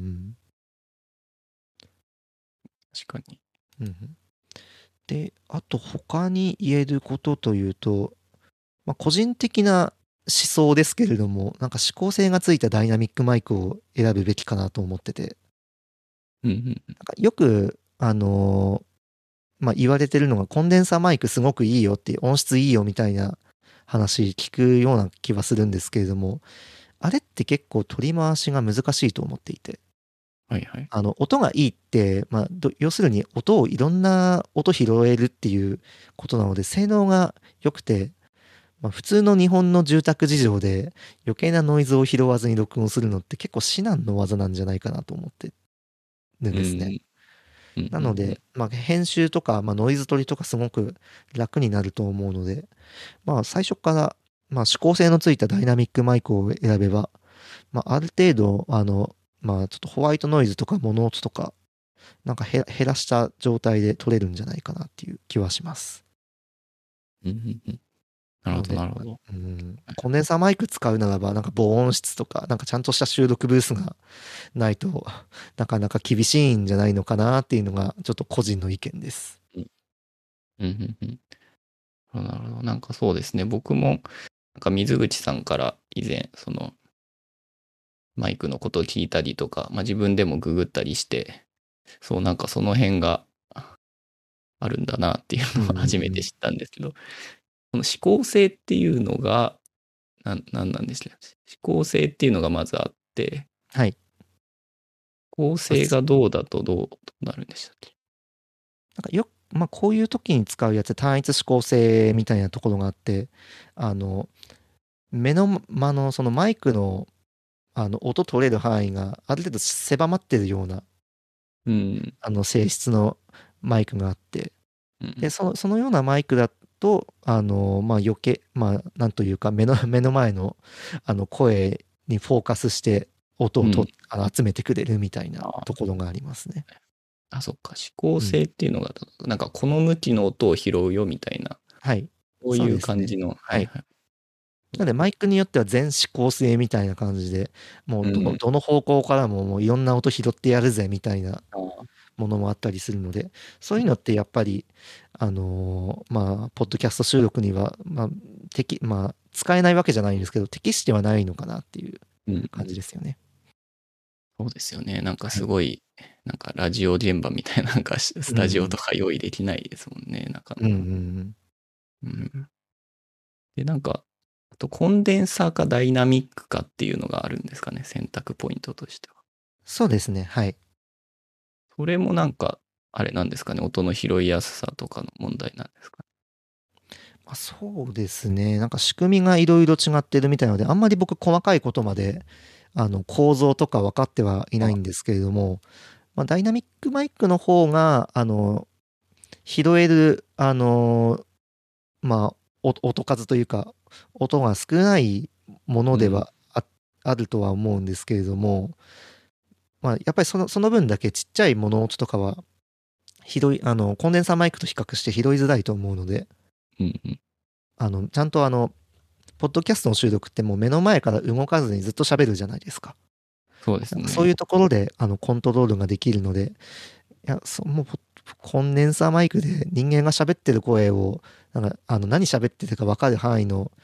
確かに。 うん。で、あと他に言えることというと、まあ、個人的な思想ですけれども、なんか指向性がついたダイナミックマイクを選ぶべきかなと思ってて、 うんうん。 なんかよく、あのーまあ、言われてるのがコンデンサーマイクすごくいいよっていう音質いいよみたいな話聞くような気はするんですけれども、あれって結構取り回しが難しいと思っていて、 はいはい。 あの、音がいいって、まあ、ど要するに音をいろんな音拾えるっていうことなので、性能が良くて、まあ、普通の日本の住宅事情で余計なノイズを拾わ至に録音するのって結構至難の技なんじゃないかなと思ってるんうん、 ですね。 うん、うん、うん。 なので、まあ、編集とか、まあ、ノイズ取りとかすごく楽になると思うので、まあ、最初から、まあ、指向性のついたダイナミックマイクを選べば、まあ、ある程度、あの、まあ、ちょっとホワイトノイズとかモノ音とか、なんか減ら減らした状態で取れるんじゃないかなっていう気はします。 うんうんうん。なるほど、 なので、 なるほど。 うん、コンデンサーマイク使うならば、なんか防音室とか、なんかちゃんとした収録ブースがないとなかなか厳しいんじゃないのかなっていうのが、ちょっと個人の意見です。 うん、うん、うんうん。なるほど。なんかそうですね。僕も、なんか水口さんから以前、その、マイクのことを聞いたりとか、まあ自分でもググったりして、そう、なんかその辺があるんだなっていううんうのを初めてん。 知ったんですけど、この指向性っていうのが、なん、なんなんですか？指向性っていうのがまずあって、 はい。 構成がどうだとどうなるんでしたっけ？ なんかよまあ、こういう時に使うやつ、単一指向性みたいなところがあって、あの、目の、まあの、そのマイクの、あの、音取れる範囲がある程度狭まってるような、 うん。 あの、性質のマイクがあって、で、 うん。 その、そのようなマイクだと、あの、まあ、余計、まあ、なんというか、目の、目の前の、あの、声にフォーカスして音をと、 うん。 あの集めてくれるみたいなあところがありますね。 あ、そっか。指向うん。 性っていうのが、なんかこの向きの音を拾うよみたいな、 はい。 そういうそうですね。 感じの、ははい。 いはい。 なので、マイクによっては全指向性みたいな感じで、もうど、 うん。 どの方向からももういろんな音拾ってやるぜみたいなああ、 ものもあったりするので、そういうのってやっぱり、あのーまあ、ポッドキャスト収録には、まあ、適、まあ、使えないわけじゃないんですけど、適してはないのかなっていううん。 感じですよね。 そうですよね。なんかはい。 すごい、なんかラジオ現場みたいな、なんかススタジオとうん。 か用意できないですもんね、なかうんうんうなか。 ん。 うん。で、なんか、あとコンデンサーかダイナミックかっていうのがあるんですかね、選択ポイントとしては。 そうですね。はい。 それもなんか、あれなんですかね、音の拾いやすさとかの問題なんですかね。 まあ、そうですね。なんか仕組みがいろいろ違ってるみたいなので、あんまり僕細かいことまで、あの、構造とか分かってはいないんですけれども、まあ、ダイナミックマイクの方が、あの、拾える、あの、まあ、お音数というか、音が少ないものうん。 ではあ、あるとは思うんですけれども、まあ、やっぱりその、その分だけちっちゃい物音とかは、拾い、あの、コンデンサーマイクと比較して拾いづらいと思うので、 うんうん。 あの、ちゃんとあの、ポッドキャストの収録ってもう目の前から動かずにずっと喋るじゃないですか。 そうですね。 なんかそういうところで、あの、コントロールができるので、いや、そもうポ、コンデンサーマイクで人間が喋ってる声を、なんか、あの、何喋ってるか分かる範囲の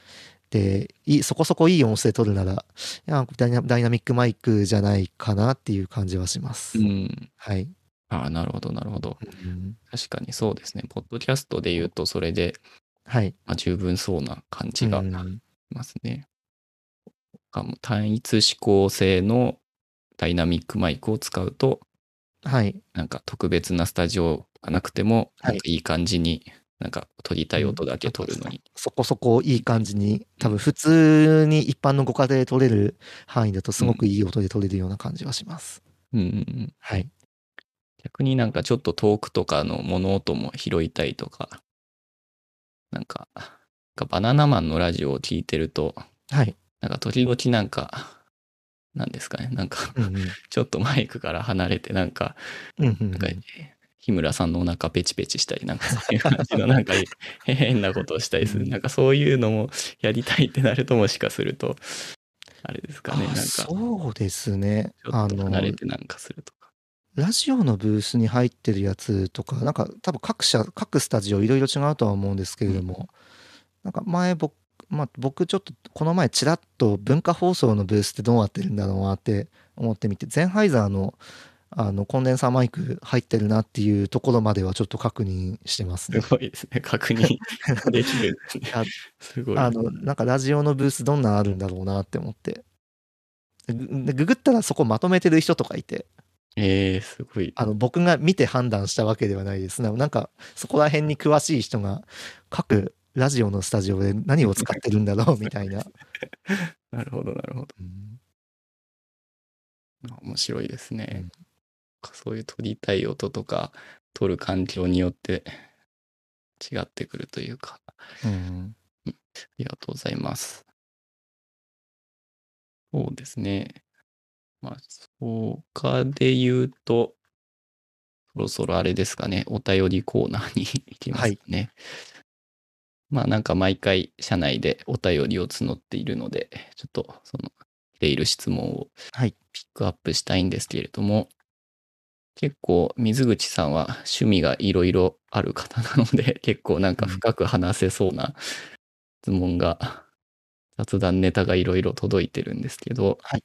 で、いいそこそこいい音声取るなら、いやダイナ、ダイナミックマイクじゃないかなっていう感じはしまうす。 ん。 はい。 ああ、なるほど、なるほど。 うん、 確かにそうですね。ポッドキャストで言うと、それで、 はい。 まあ、十分そうな感うじがん、 しますね。あの単一指向性のダイナミックマイクを使うと、 はい。 なんか特別なスタジオがなくても、 はい。 なんかいい感じに、なんか取りたい音だけなんか取るのに。 そこそこいい感じに、 うん多分普通に一般のご家庭で取れる範囲だとすごくうんいい音で取れるような感じはします。 うんうんうんはい。 逆になんかちょっと遠くとかの物音も拾いたいとか、なんか、なんかバナナマンのラジオを聞いてると、 はい。 なんか時々なんか、なんですかね、なんかうんうん。 ちょっとマイクから離れてなんか、 うんうんうなんかん。 日村さんのお腹ペチペチしたり、なんかそういう感じのなんか変なことをしたりする。 うんなんかそういうのもやりたいってなるともしかすると、あれですかね、 あ、 なんかそうですね。 ちょっと離あの、 れてなんかするとか。 ラジオのブースに入ってるやつとか、なんか多分各社、各スタジオいろいろ違うとは思うんですけれうんども、なんか前僕、まあ僕ちょっとこの前ちらっと文化放送のブースってどうなってるんだろうなって思ってみて、ゼンハイザーのあのコンデンサーマイク入ってるなっていうところまではちょっと確認してますすね。 ごいですね。確認できるんですね。 あすごいです。 あの、なんかラジオのブースどんなんあるんだろうなって思って。ぐでググったらそこまとめてる人とかいて、 えー、すごい。 あの、僕が見て判断したわけではないです。ななんか、そこら辺に詳しい人が、各ラジオのスタジオで何を使ってるんだろうみたいな。 なるほど、なるほど。 うん面白いですね。 うんそういう取りたい音とか、取る環境によって違ってくるというか。 うんありがとうございます。そうですね。まあ、他で言うと、そろそろあれですかね、お便りコーナーに行きまはい。 すかね。まあなんか毎回社内でお便りを募っているので、ちょっとその来ている質問をはい。 ピックアップしたいんですけれども、結構水口さんは趣味がいろいろある方なので、結構なんか深く話せそうな質問が、雑談ネタがいろいろ届いてるんですけど、 はい。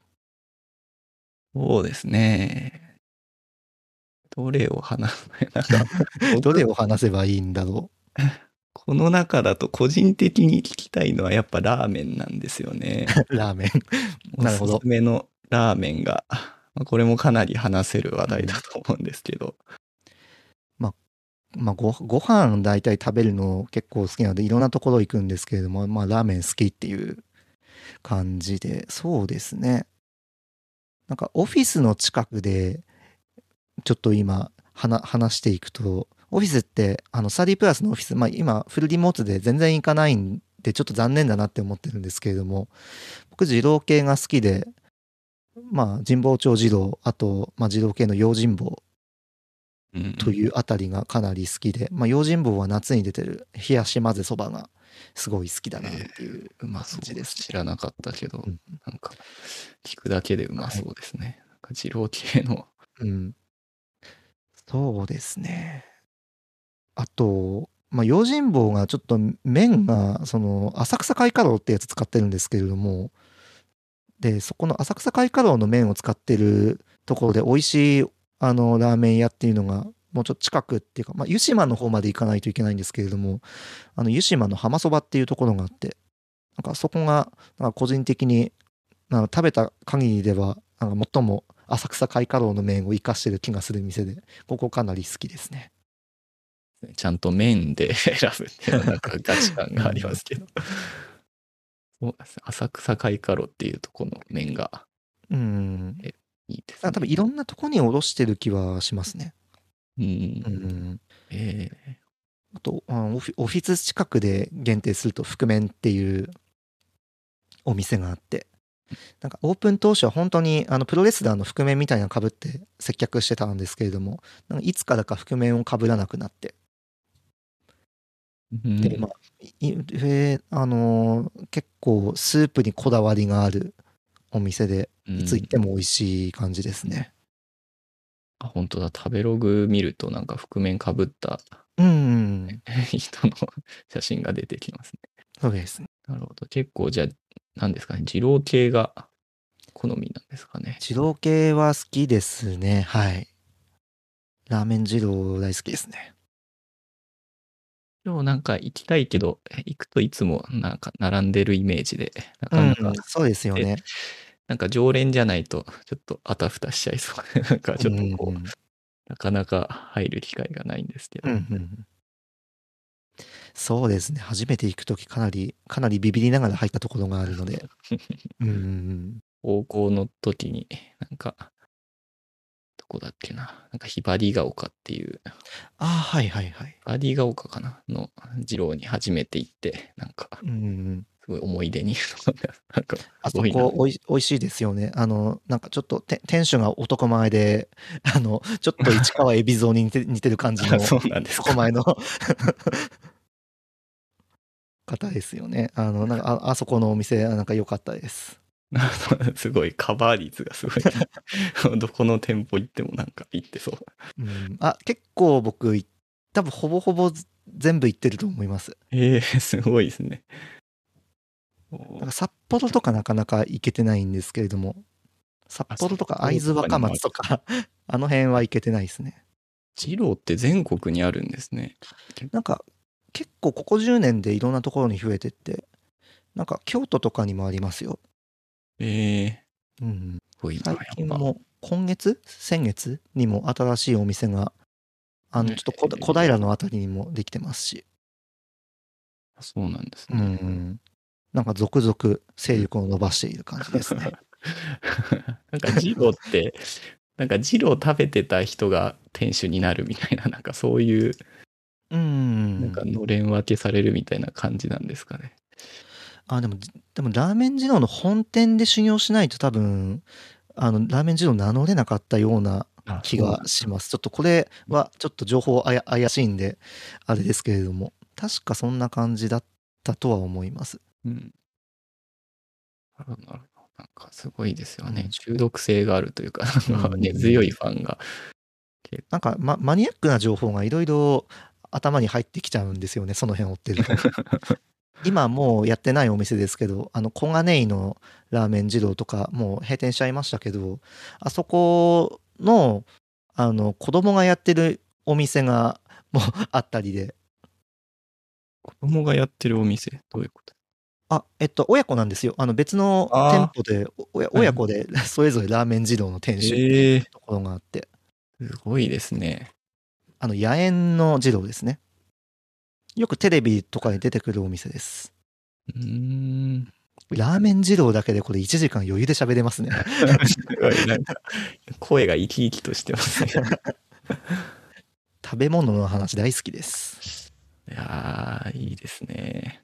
そうですね。どれを話すなんか、 どれ僕、 を話せばいいんだろこの中だと個人的に聞きたいのはやっぱラーメンなんですよね。 う。ラーメン。 おすすなるほど。 めのラーメンが、まあこれもかなり話せる話題だうんと思うんですけど。 まあ、まあ、ご、ご飯大体食べるの結構好きなので、いろんなところ行くんですけれども、まあ、ラーメン好きっていう感じで、そうですね。なんか、オフィスの近くで、ちょっと今、はな話していくと、オフィスって、あの、スタディプラスのオフィス、まあ、今、フルリモートで全然行かないんで、ちょっと残念だなって思ってるんですけれども、僕、二郎系が好きで、まあ、神保町二郎、あと、まあ、二郎系の用心棒うんうんというあたりがかなり好きで、まあ、用心棒は夏に出てる冷やし混ぜそばがすごい好きだなっていううまそう感じですね。 知らなかったけど、 うんなんか、聞くだけでうまそうですね。なんか二郎系の。 うん、そうですね。あと、まあ、用心棒がちょっと麺が、その、浅草貝華楼ってやつ使ってるんですけれども、で、そこの浅草貝華楼の麺を使ってるところで美味しい、あの、ラーメン屋っていうのが、もうちょっと近くっていうか、まあ、湯島の方まで行かないといけないんですけれども、あの、湯島の浜そばっていうところがあって、なんかそこが、なんか個人的に、なんか食べた限りでは、なんか最も浅草貝華楼の麺を生かしてる気がする店で、ここかなり好きですね。 ちゃんと麺で選ぶっていうのはなんかガチ感がありますけど。そうですね浅草貝華楼っていうとこの麺がうん。 えいいですね。 だから多分いろんなとこにおろしてる気はしますね。 うん。 うん。 えあと、あオフィオフィス近くで限定すると、覆面っていうお店があって、なんかオープン当初は本当にあのプロレスラーの覆面みたいなの被って接客してたんですけれども、なんかいつからか覆面を被らなくなって、 ーうんで、まあ、いえーあのー結構スープにこだわりがあるお店で、いつ行っても美味しい感じですね。 あ、本当だ。食べログ見るとなんか覆面かぶったうん、 人の写真が出てきますね。 そうですね。 なるほど。結構じゃあ、なんですかね、二郎系が好みなんですかね。 二郎系は好きですね。はい。ラーメン二郎大好きですね。 でもなんか行きたいけど、行くといつもなんか並んでるイメージで、なうん、 かなか、 そうですよでね。 なんか常連じゃないと、ちょっとあたふたしちゃいそうで、なんかうん、うん、 ちょっとこう、なかなか入る機会がないんですけど。 うん、うん。そうですね。初めて行くときかなり、かなりビビりながら入ったところがあるので。うん、うん、 高校の時に、なんか、どこだっけな、なんかひばりが丘っていう、 ああ、はいはいはい。 ひばりが丘かなの二郎に初めて行って、なんか、 うん、うん。 すごい思い出になんか、 あそすごいな。 こおい、おいしいですよね。あの、なんかちょっとて店主が男前で、あの、ちょっと市川海老蔵に似て似てる感じのそうなんですか。 男前の方ですよね。あの、なんかあ、あそこのお店、なんか良かったです。 すごい、カバー率がすごい。どこの店舗行ってもなんか行ってそう。 うん。あ、結構僕、い多分ほぼほぼ全部行ってると思います。 ええすごいですね。 なんか札幌とかなかなか行けてないんですけれども、札あ、札幌とか会幌とかに津若もある。 松とかあの辺は行けてないですね。 二郎って全国にあるんですね。 なんか、結構ここじゅうねんでいろんなところに増えてって、なんか京都とかにもありますよ。 ええうん。 すごいな、 最やっぱ。 近も、今月先月にも新しいお店が、あの、 ねちょっと小小平のあたりにもできてますし。 そうなんですうね。 ん。なんか続々勢力を伸ばしている感じですね。 なんか二郎って、なんか二郎食べてた人が店主になるみたいな、なんかそういう、 うなんかん。 のれん分けされるみたいな感じなんですかね。 あ、でも、でもラーメン二郎の本店で修行しないと多分、あの、ラーメン二郎名乗れなかったようなあ、 気そうなんだ。 がします。ちょっとこれはちょっと情報あや怪しいんで、あれですけれども、確かそんな感じだったとは思います。 うん。なるほど、なるほど。なんかすごいですよね。 うん。 中毒性があるというか、 うなんか根強いん。 ファンが結なんか、ま、マニアックな情報がいろいろ頭に入ってきちゃうんですよね、その辺を追ってると。今もうやってないお店ですけど、あの、小金井のラーメン二郎とか、もう閉店しちゃいましたけど、あそこの、あの、子供がやってるお店がもうあったりで、 子供がやってるお店、どういうこと？ あ、えっと、親子なんですよ。あの、別の店あ舗で、お親あ、はい。 親子でそれぞれラーメン二郎の店主っていうええところがあって、 すごいですね。 あの、野猿の二郎ですね。よくテレビとかに出てくるお店です。 うーん。 ラーメン二郎だけでこれいちじかん余裕で喋れますね。 すごい、なんか、声が生き生きとしてますね。 食べ物の話大好きです。 いやー、いいですね。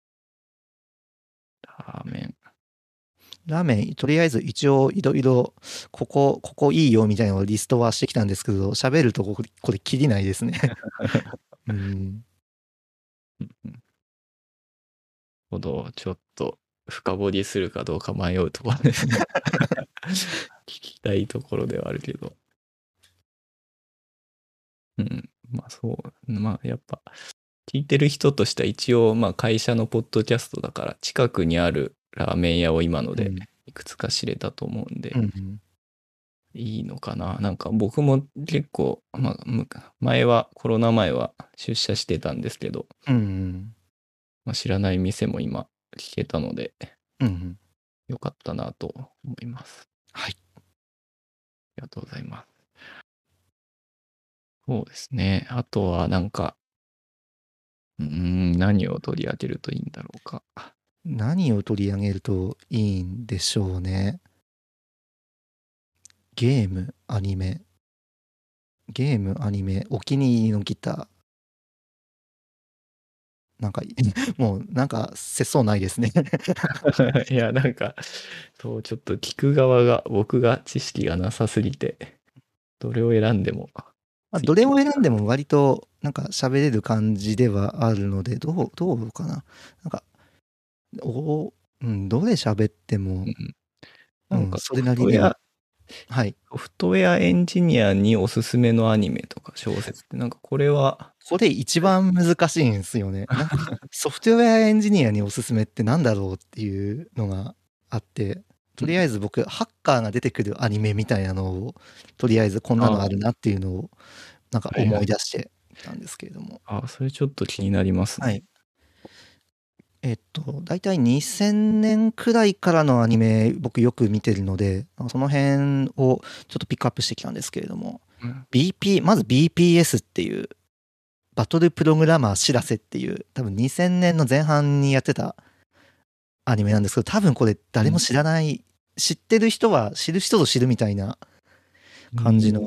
ラーメン。 ラーメン、とりあえず一応いろいろ、ここ、ここいいよみたいなのをリストはしてきたんですけど、喋るとこれ、これきりないですね。うん。 うんうんなるほど、ちょっと深掘りするかどうか迷うところですね。聞きたいところではあるけど。うん。まあそう。まあやっぱ、聞いてる人としては一応、まあ会社のポッドキャストだから、近くにあるラーメン屋を今のでうん。 いくつか知れたと思うんで、 うん。 いいのかな。なんか僕も結構、まあ、む前は、コロナ前は出社してたんですけど、 うん。 まあ、知らない店も今聞けたので、 うん。 よかったなと思います。 はい。 ありがとうございます。そうですね。あとはなんか、うーん、何を取り上げるといいんだろうか。 何を取り上げるといいんでしょうね。ゲーム、アニメ。ゲーム、アニメ、お気に入りのギター。なんか、もう、なんか、節操ないですね。 いや、なんか、そう、ちょっと聞く側が、僕が知識がなさすぎて、どれを選んでもまあ、 ついていどれを選んでけない。 も割と、なんか喋れる感じではあるので、どう、どうかな。なんか、お、うん、どれ喋っても、 うん。 うん、 なんかソそれなりフトウェア、 には。 はい。 ソフトウェアエンジニアにおすすめのアニメとか小説って、なんかこれは、 これ一番難しいんですよね。なんかソフトウェアエンジニアにおすすめってなんだろうっていうのがあって、とりあえず僕、ハッカーが出てくるアニメみたいなのを、とりあえずこんなのああ、 あるなっていうのを、なんか思はいはい。 い出してたんですけれども。 ああ、それちょっと気になりますね。 はい。えっと、だいたいにせんねんくらいからのアニメ、僕よく見てるので、その辺をちょっとピックアップしてきたんですけれども、 うん。 ビーピー、まず ビーピーエス っていう、バトルプログラマーしらせっていう、多分にせんねんの前半にやってたアニメなんですけど、多分これ誰も知らない、知ってる人は知る人ぞ知るみたいなうん。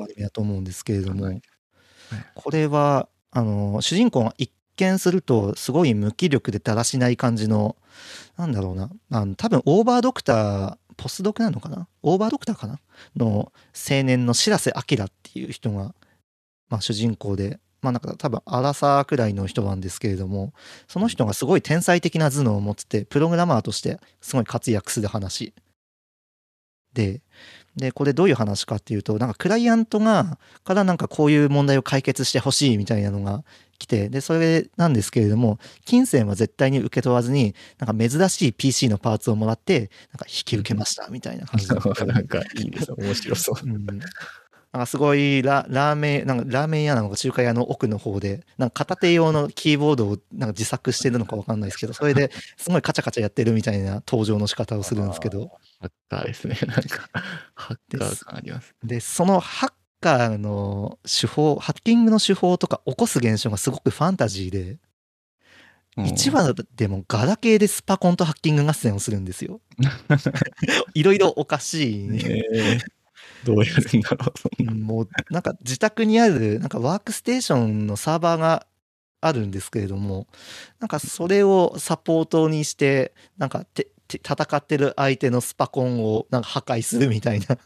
感じのアニメだと思うんですけれどはいも、 はい。 これは、あの、主人公が一見すると、すごい無気力でだらしない感じの、なんだろうな、あの、多分オーバードクター、ポスドクなのかなオーバードクターかなの青年の白瀬明っていう人が、まあ主人公で、まあなんか多分アラサーくらいの人なんですけれども、その人がすごい天才的な頭脳を持ってて、プログラマーとしてすごい活躍する話で、で、これどういう話かっていうと、なんかクライアントが、からなんかこういう問題を解決してほしいみたいなのが来て、で、それなんですけれども、金銭は絶対に受け取らずに、なんか珍しい ピーシー のパーツをもらって、なんか引き受けましたみたいな感じのことで。 なんかいいですね。面白そう。 うん。なんかすごいラ、ラーメン、なんかラーメン屋なのか中華屋の奥の方で、なんか片手用のキーボードをなんか自作してるのかわかんないですけど、それですごいカチャカチャやってるみたいな登場の仕方をするんですけど、 ハッカーですね。なんか、ハッカーです。 感あります。 で、そのハッカーの手法、ハッキングの手法とか起こす現象がすごくファンタジーで、 うん。 いちわでもガラケーでスパコンとハッキング合戦をするんですよ。いろいろおかしい。 えー、どうやるんだろう、そんな。 もうなんか自宅にあるなんかワークステーションのサーバーがあるんですけれども、なんかそれをサポートにして、なんかてて戦ってる相手のスパコンをなんか破壊するみたいな。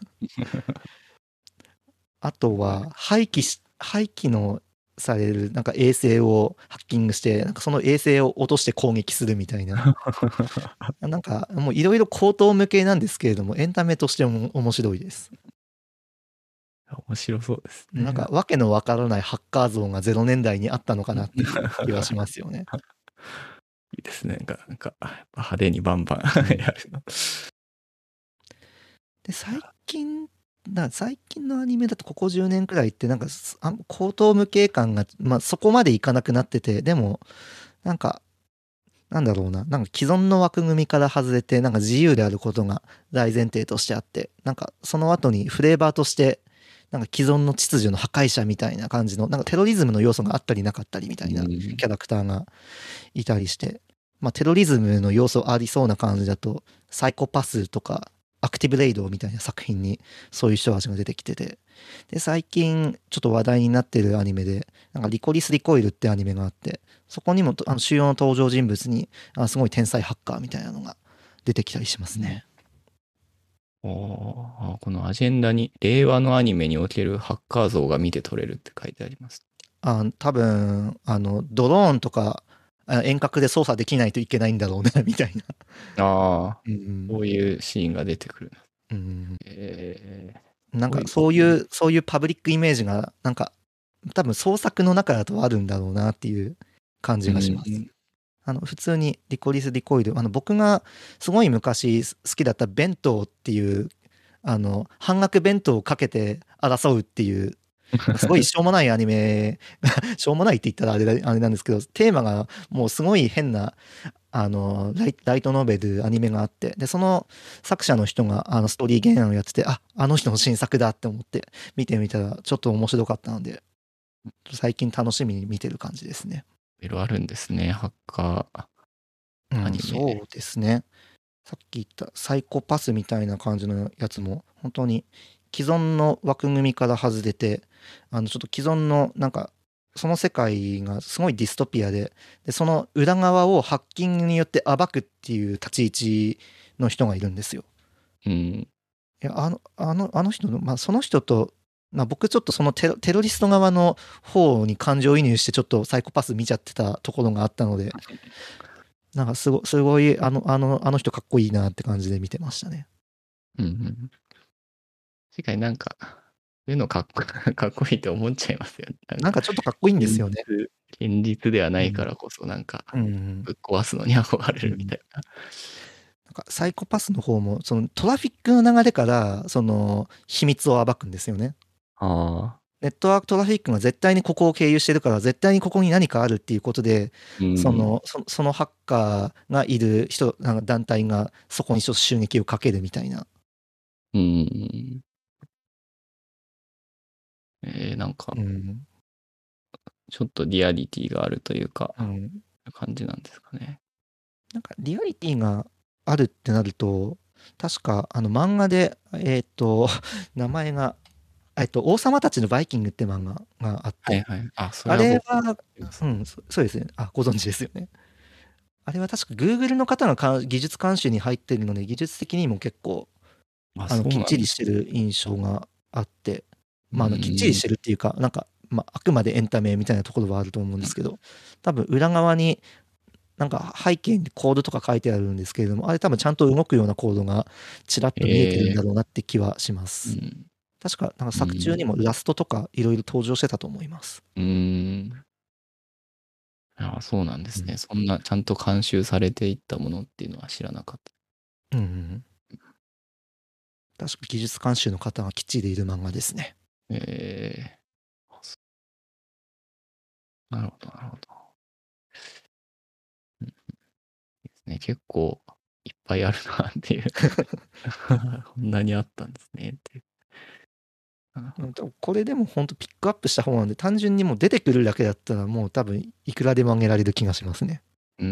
あとはい。 は廃棄し、廃棄のされるなんか衛星をハッキングして、なんかその衛星を落として攻撃するみたいな。なんかもういろいろ高等無形なんですけれども、エンタメとしても面白いです。 面白そうですね。 なんかわけのわからないハッカー像がゼロねんだいにあったのかなっていう気はしますよね。 いいですね。なんか、なんか、やっぱ派手にバンバンうん、 やるの。 で、最近、な最近のアニメだとここじゅうねんくらいってなんかすあ高等無形感が、まあ、そこまでいかなくなってて、でもなんかなんだろうな、なんか既存の枠組みから外れて、なんか自由であることが大前提としてあって、なんかその後にフレーバーとして、なんか既存の秩序の破壊者みたいな感じの、なんかテロリズムの要素があったりなかったりみたういなん。 キャラクターがいたりして、まあテロリズムの要素ありそうな感じだと、サイコパスとか、アクティブレイドみたいな作品にそういう人たちが出てきてて、で、最近ちょっと話題になってるアニメで、なんかリコリス・リコイルってアニメがあって、そこにもとあの主要の登場人物にあすごい天才ハッカーみたいなのが出てきたりしますうん。 ね。 おー、あ、このアジェンダに、令和のアニメにおけるハッカー像が見て取れるって書いてあります。 あ多分、あの、ドローンとかあ遠隔で操作できないといけないんだろうな、みたいな。 ああ、 うん。 こういうシーンが出てくる。 うん。 えー、 なんかこういうのそういう、そういうパブリックイメージが、なんか多分創作の中だとあるんだろうなっていう感うじがします。 ん。 あの、普通にリコリス・リコイル、あの、僕がすごい昔好きだった弁当っていう、あの、半額弁当をかけて争うっていう、なんかすごいしょうもないアニメ、しょうもないって言ったらあれだあれなんですけど、テーマがもうすごい変な、あの、ライライトノベル、アニメがあって、で、その作者の人が、あの、ストーリー原案をやってて、あ、あの人の新作だって思って見てみたら、ちょっと面白かったので、最近楽しみに見てる感じですね。 いろいろあるんですね、ハッカーうん、 アニメ。 そうですね。さっき言ったサイコパスみたいな感じのやつも、本当に既存の枠組みから外れて、あの、ちょっと既存の、なんか、その世界がすごいディストピアで、で、その裏側をハッキングによって暴くっていう立ち位置の人がいるんですよ。 うん。 いや、あの、あの、あの人の、まあ、その人と、まあ、僕ちょっとそのテロ、テロリスト側の方に感情移入してちょっとサイコパス見ちゃってたところがあったので、なんかすご、すごい、あの、あの、あの人かっこいいなって感じで見てましたね。 うんうん。 確かになんか、そういうのかっこかっこいいって思っちゃいますよね。なんかなんかちょっとかっこいいんですよね。 現実、現実ではなうん。 いからこそ、なんか、 うん。 ぶっ壊すのに憧れうん。 るみたいな。 なんかサイコパスの方も、そのトラフィックの流れから、その秘密を暴くんですよね。 ああ、 ネットワークトラフィックが絶対にここを経由してるから、絶対にここに何かあるっていうことで、 うん。 その、そそのハッカーがいる人、なんか団体がそこにちょっと襲撃をかけるみたいな。 うん。えー、なんかう、ん。 ちょっとリアリティがあるというか、 うん。 感じなんですかね。 なんかリアリティがあるってなると、確かあの漫画で、えっと、名前が、えっと、王様たちのバイキングって漫画があって、 はいはい。あ、それあは僕、 れは、うん、そそうですね。あ、ご存知ですよね。あれは確か Google の方がか技術監修に入ってるので、技術的にも結構、 あ、 あの、 そうきっちりなんです。 してる印象があって、 うまあ、あの、きっちりん。 してるっていうか、なんか、まあ、あくまでエンタメみたいなところはあると思うんですけど、多分裏側になんか背景にコードとか書いてあるんですけれども、あれ多分ちゃんと動くようなコードがちらっと見えてるんえだろうなって気はしまー、うす。 ん。 確か、なんかう作中にん。 もラストとかいろいろ登場してたと思います。 うん。あ、そうなんですね。 うん。 そんなちゃんと監修されていったものっていうのは知らなかった。 うんうん。確か技術監修の方がきっちりいる漫画ですね。 えー、あそなるほど、なるほど。うん、ですね。結構いっぱいあるなっていう。こんなにあったんですねっていう。なるほど。 うんとこれでも本当ピックアップした方なんで、単純にもう出てくるだけだったらもう多分いくらでも上げられる気がしますね。 うん。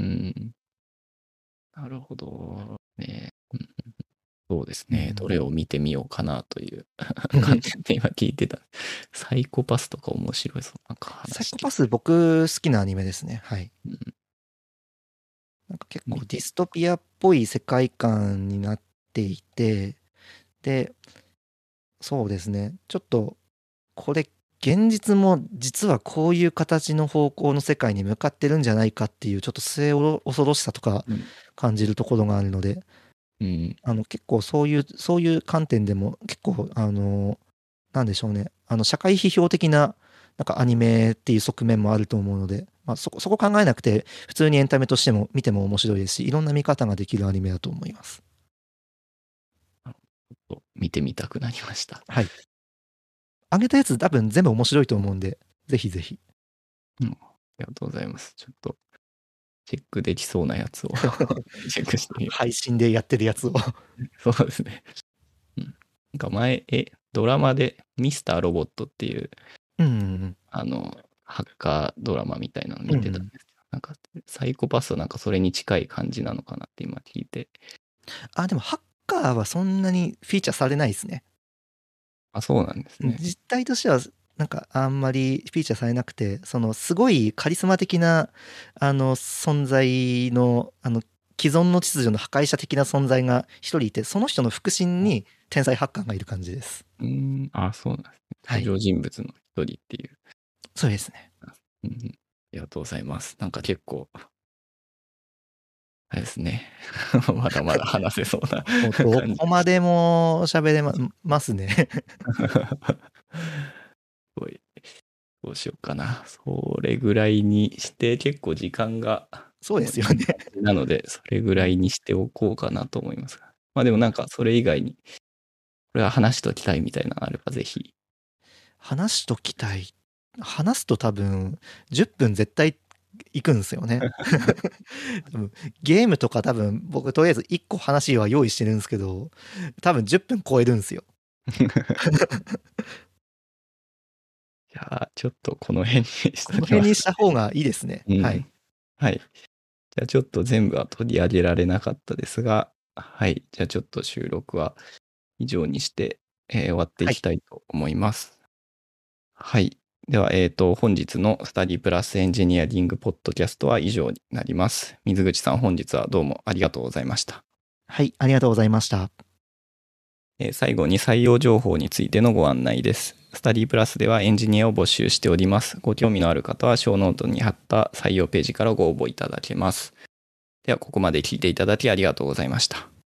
なるほど。ね。うん、そうですね。どうん。 れを見てみようかなという感じで今聞いてた。サイコパスとか面白いそう。なんか話聞く。 サイコパス僕好きなアニメですね。はい。 うん。 なんか結構見て。 ディストピアっぽい世界観になっていて、で、そうですね。ちょっと、これ、現実も実はこういう形の方向の世界に向かってるんじゃないかっていう、ちょっと末恐ろしさとかうん。 感じるところがあるので、 うん。 あの、結構そういう、そういう観点でも結構、あの、なんでしょうね。あの、社会批評的な、なんかアニメっていう側面もあると思うので、まあ、そこ、そこ考えなくて、普通にエンタメとしても見ても面白いですし、いろんな見方ができるアニメだと思います。 ちょっと見てみたくなりました。 はい。あげたやつ多分全部面白いと思うんで、ぜひぜひ。 うん。ありがとうございます。ちょっとチェックできそうなやつをチェックしてみよ配信でやってるやつを。 う。そうですね。うん。なんか前、え、ドラマでミスターロボットっていう、 うんうんあの、ハッカードラマみたいなのうん。うんうん。 見てたんですけど、なんかサイコパスはなんかそれに近い感じなのかなって今聞いて。 あ、でもハッカーはそんなにフィーチャーされないですね。 あ、そうなんですね。 実態としては、なんかあんまりフィーチャーされなくて、そのすごいカリスマ的な、あの、存在の、あの、既存の秩序の破壊者的な存在が一人いて、その人の腹心に天才ハッカーがいる感じです。 うーん、あ、そうなんですね。 はい。 登場人物の一人っていう。 そうですね。 うん、ありがとうございます。なんか結構、あれですね。まだまだ話せそうなもうど感じ。 こまでも喋れまますね。 すごい。どうしようかな。それぐらいにして、結構時間がそうですよね。 なので、それぐらいにしておこうかなと思いますが。まあでもなんかそれ以外に、これは話しときたいみたいなのあればぜひ。 話しときたい。話すと多分じゅっぷん絶対行くんですよね。多分ゲームとか多分僕とりあえずいっこ話は用意してるんですけど、多分じゅっぷん超えるんですよ。 じゃあ、ちょっとこの辺にしこのときます。 辺にした方がいいですね。 うん。 はい。 はい。じゃあちょっと全部は取り上げられなかったですが、はい。じゃあちょっと収録は以上にして、えー終わっていはい。 きたいと思います。はい。では、えっと、本日のスタディプラスエンジニアリングポッドキャストは以上になります。水口さん、本日はどうもありがとうございました。 はい。ありがとうございました。 えー最後に採用情報についてのご案内です。スタディプラスではエンジニアを募集しております。ご興味のある方は、ショーノートに貼った採用ページからご応募いただけます。では、ここまで聞いていただきありがとうございました。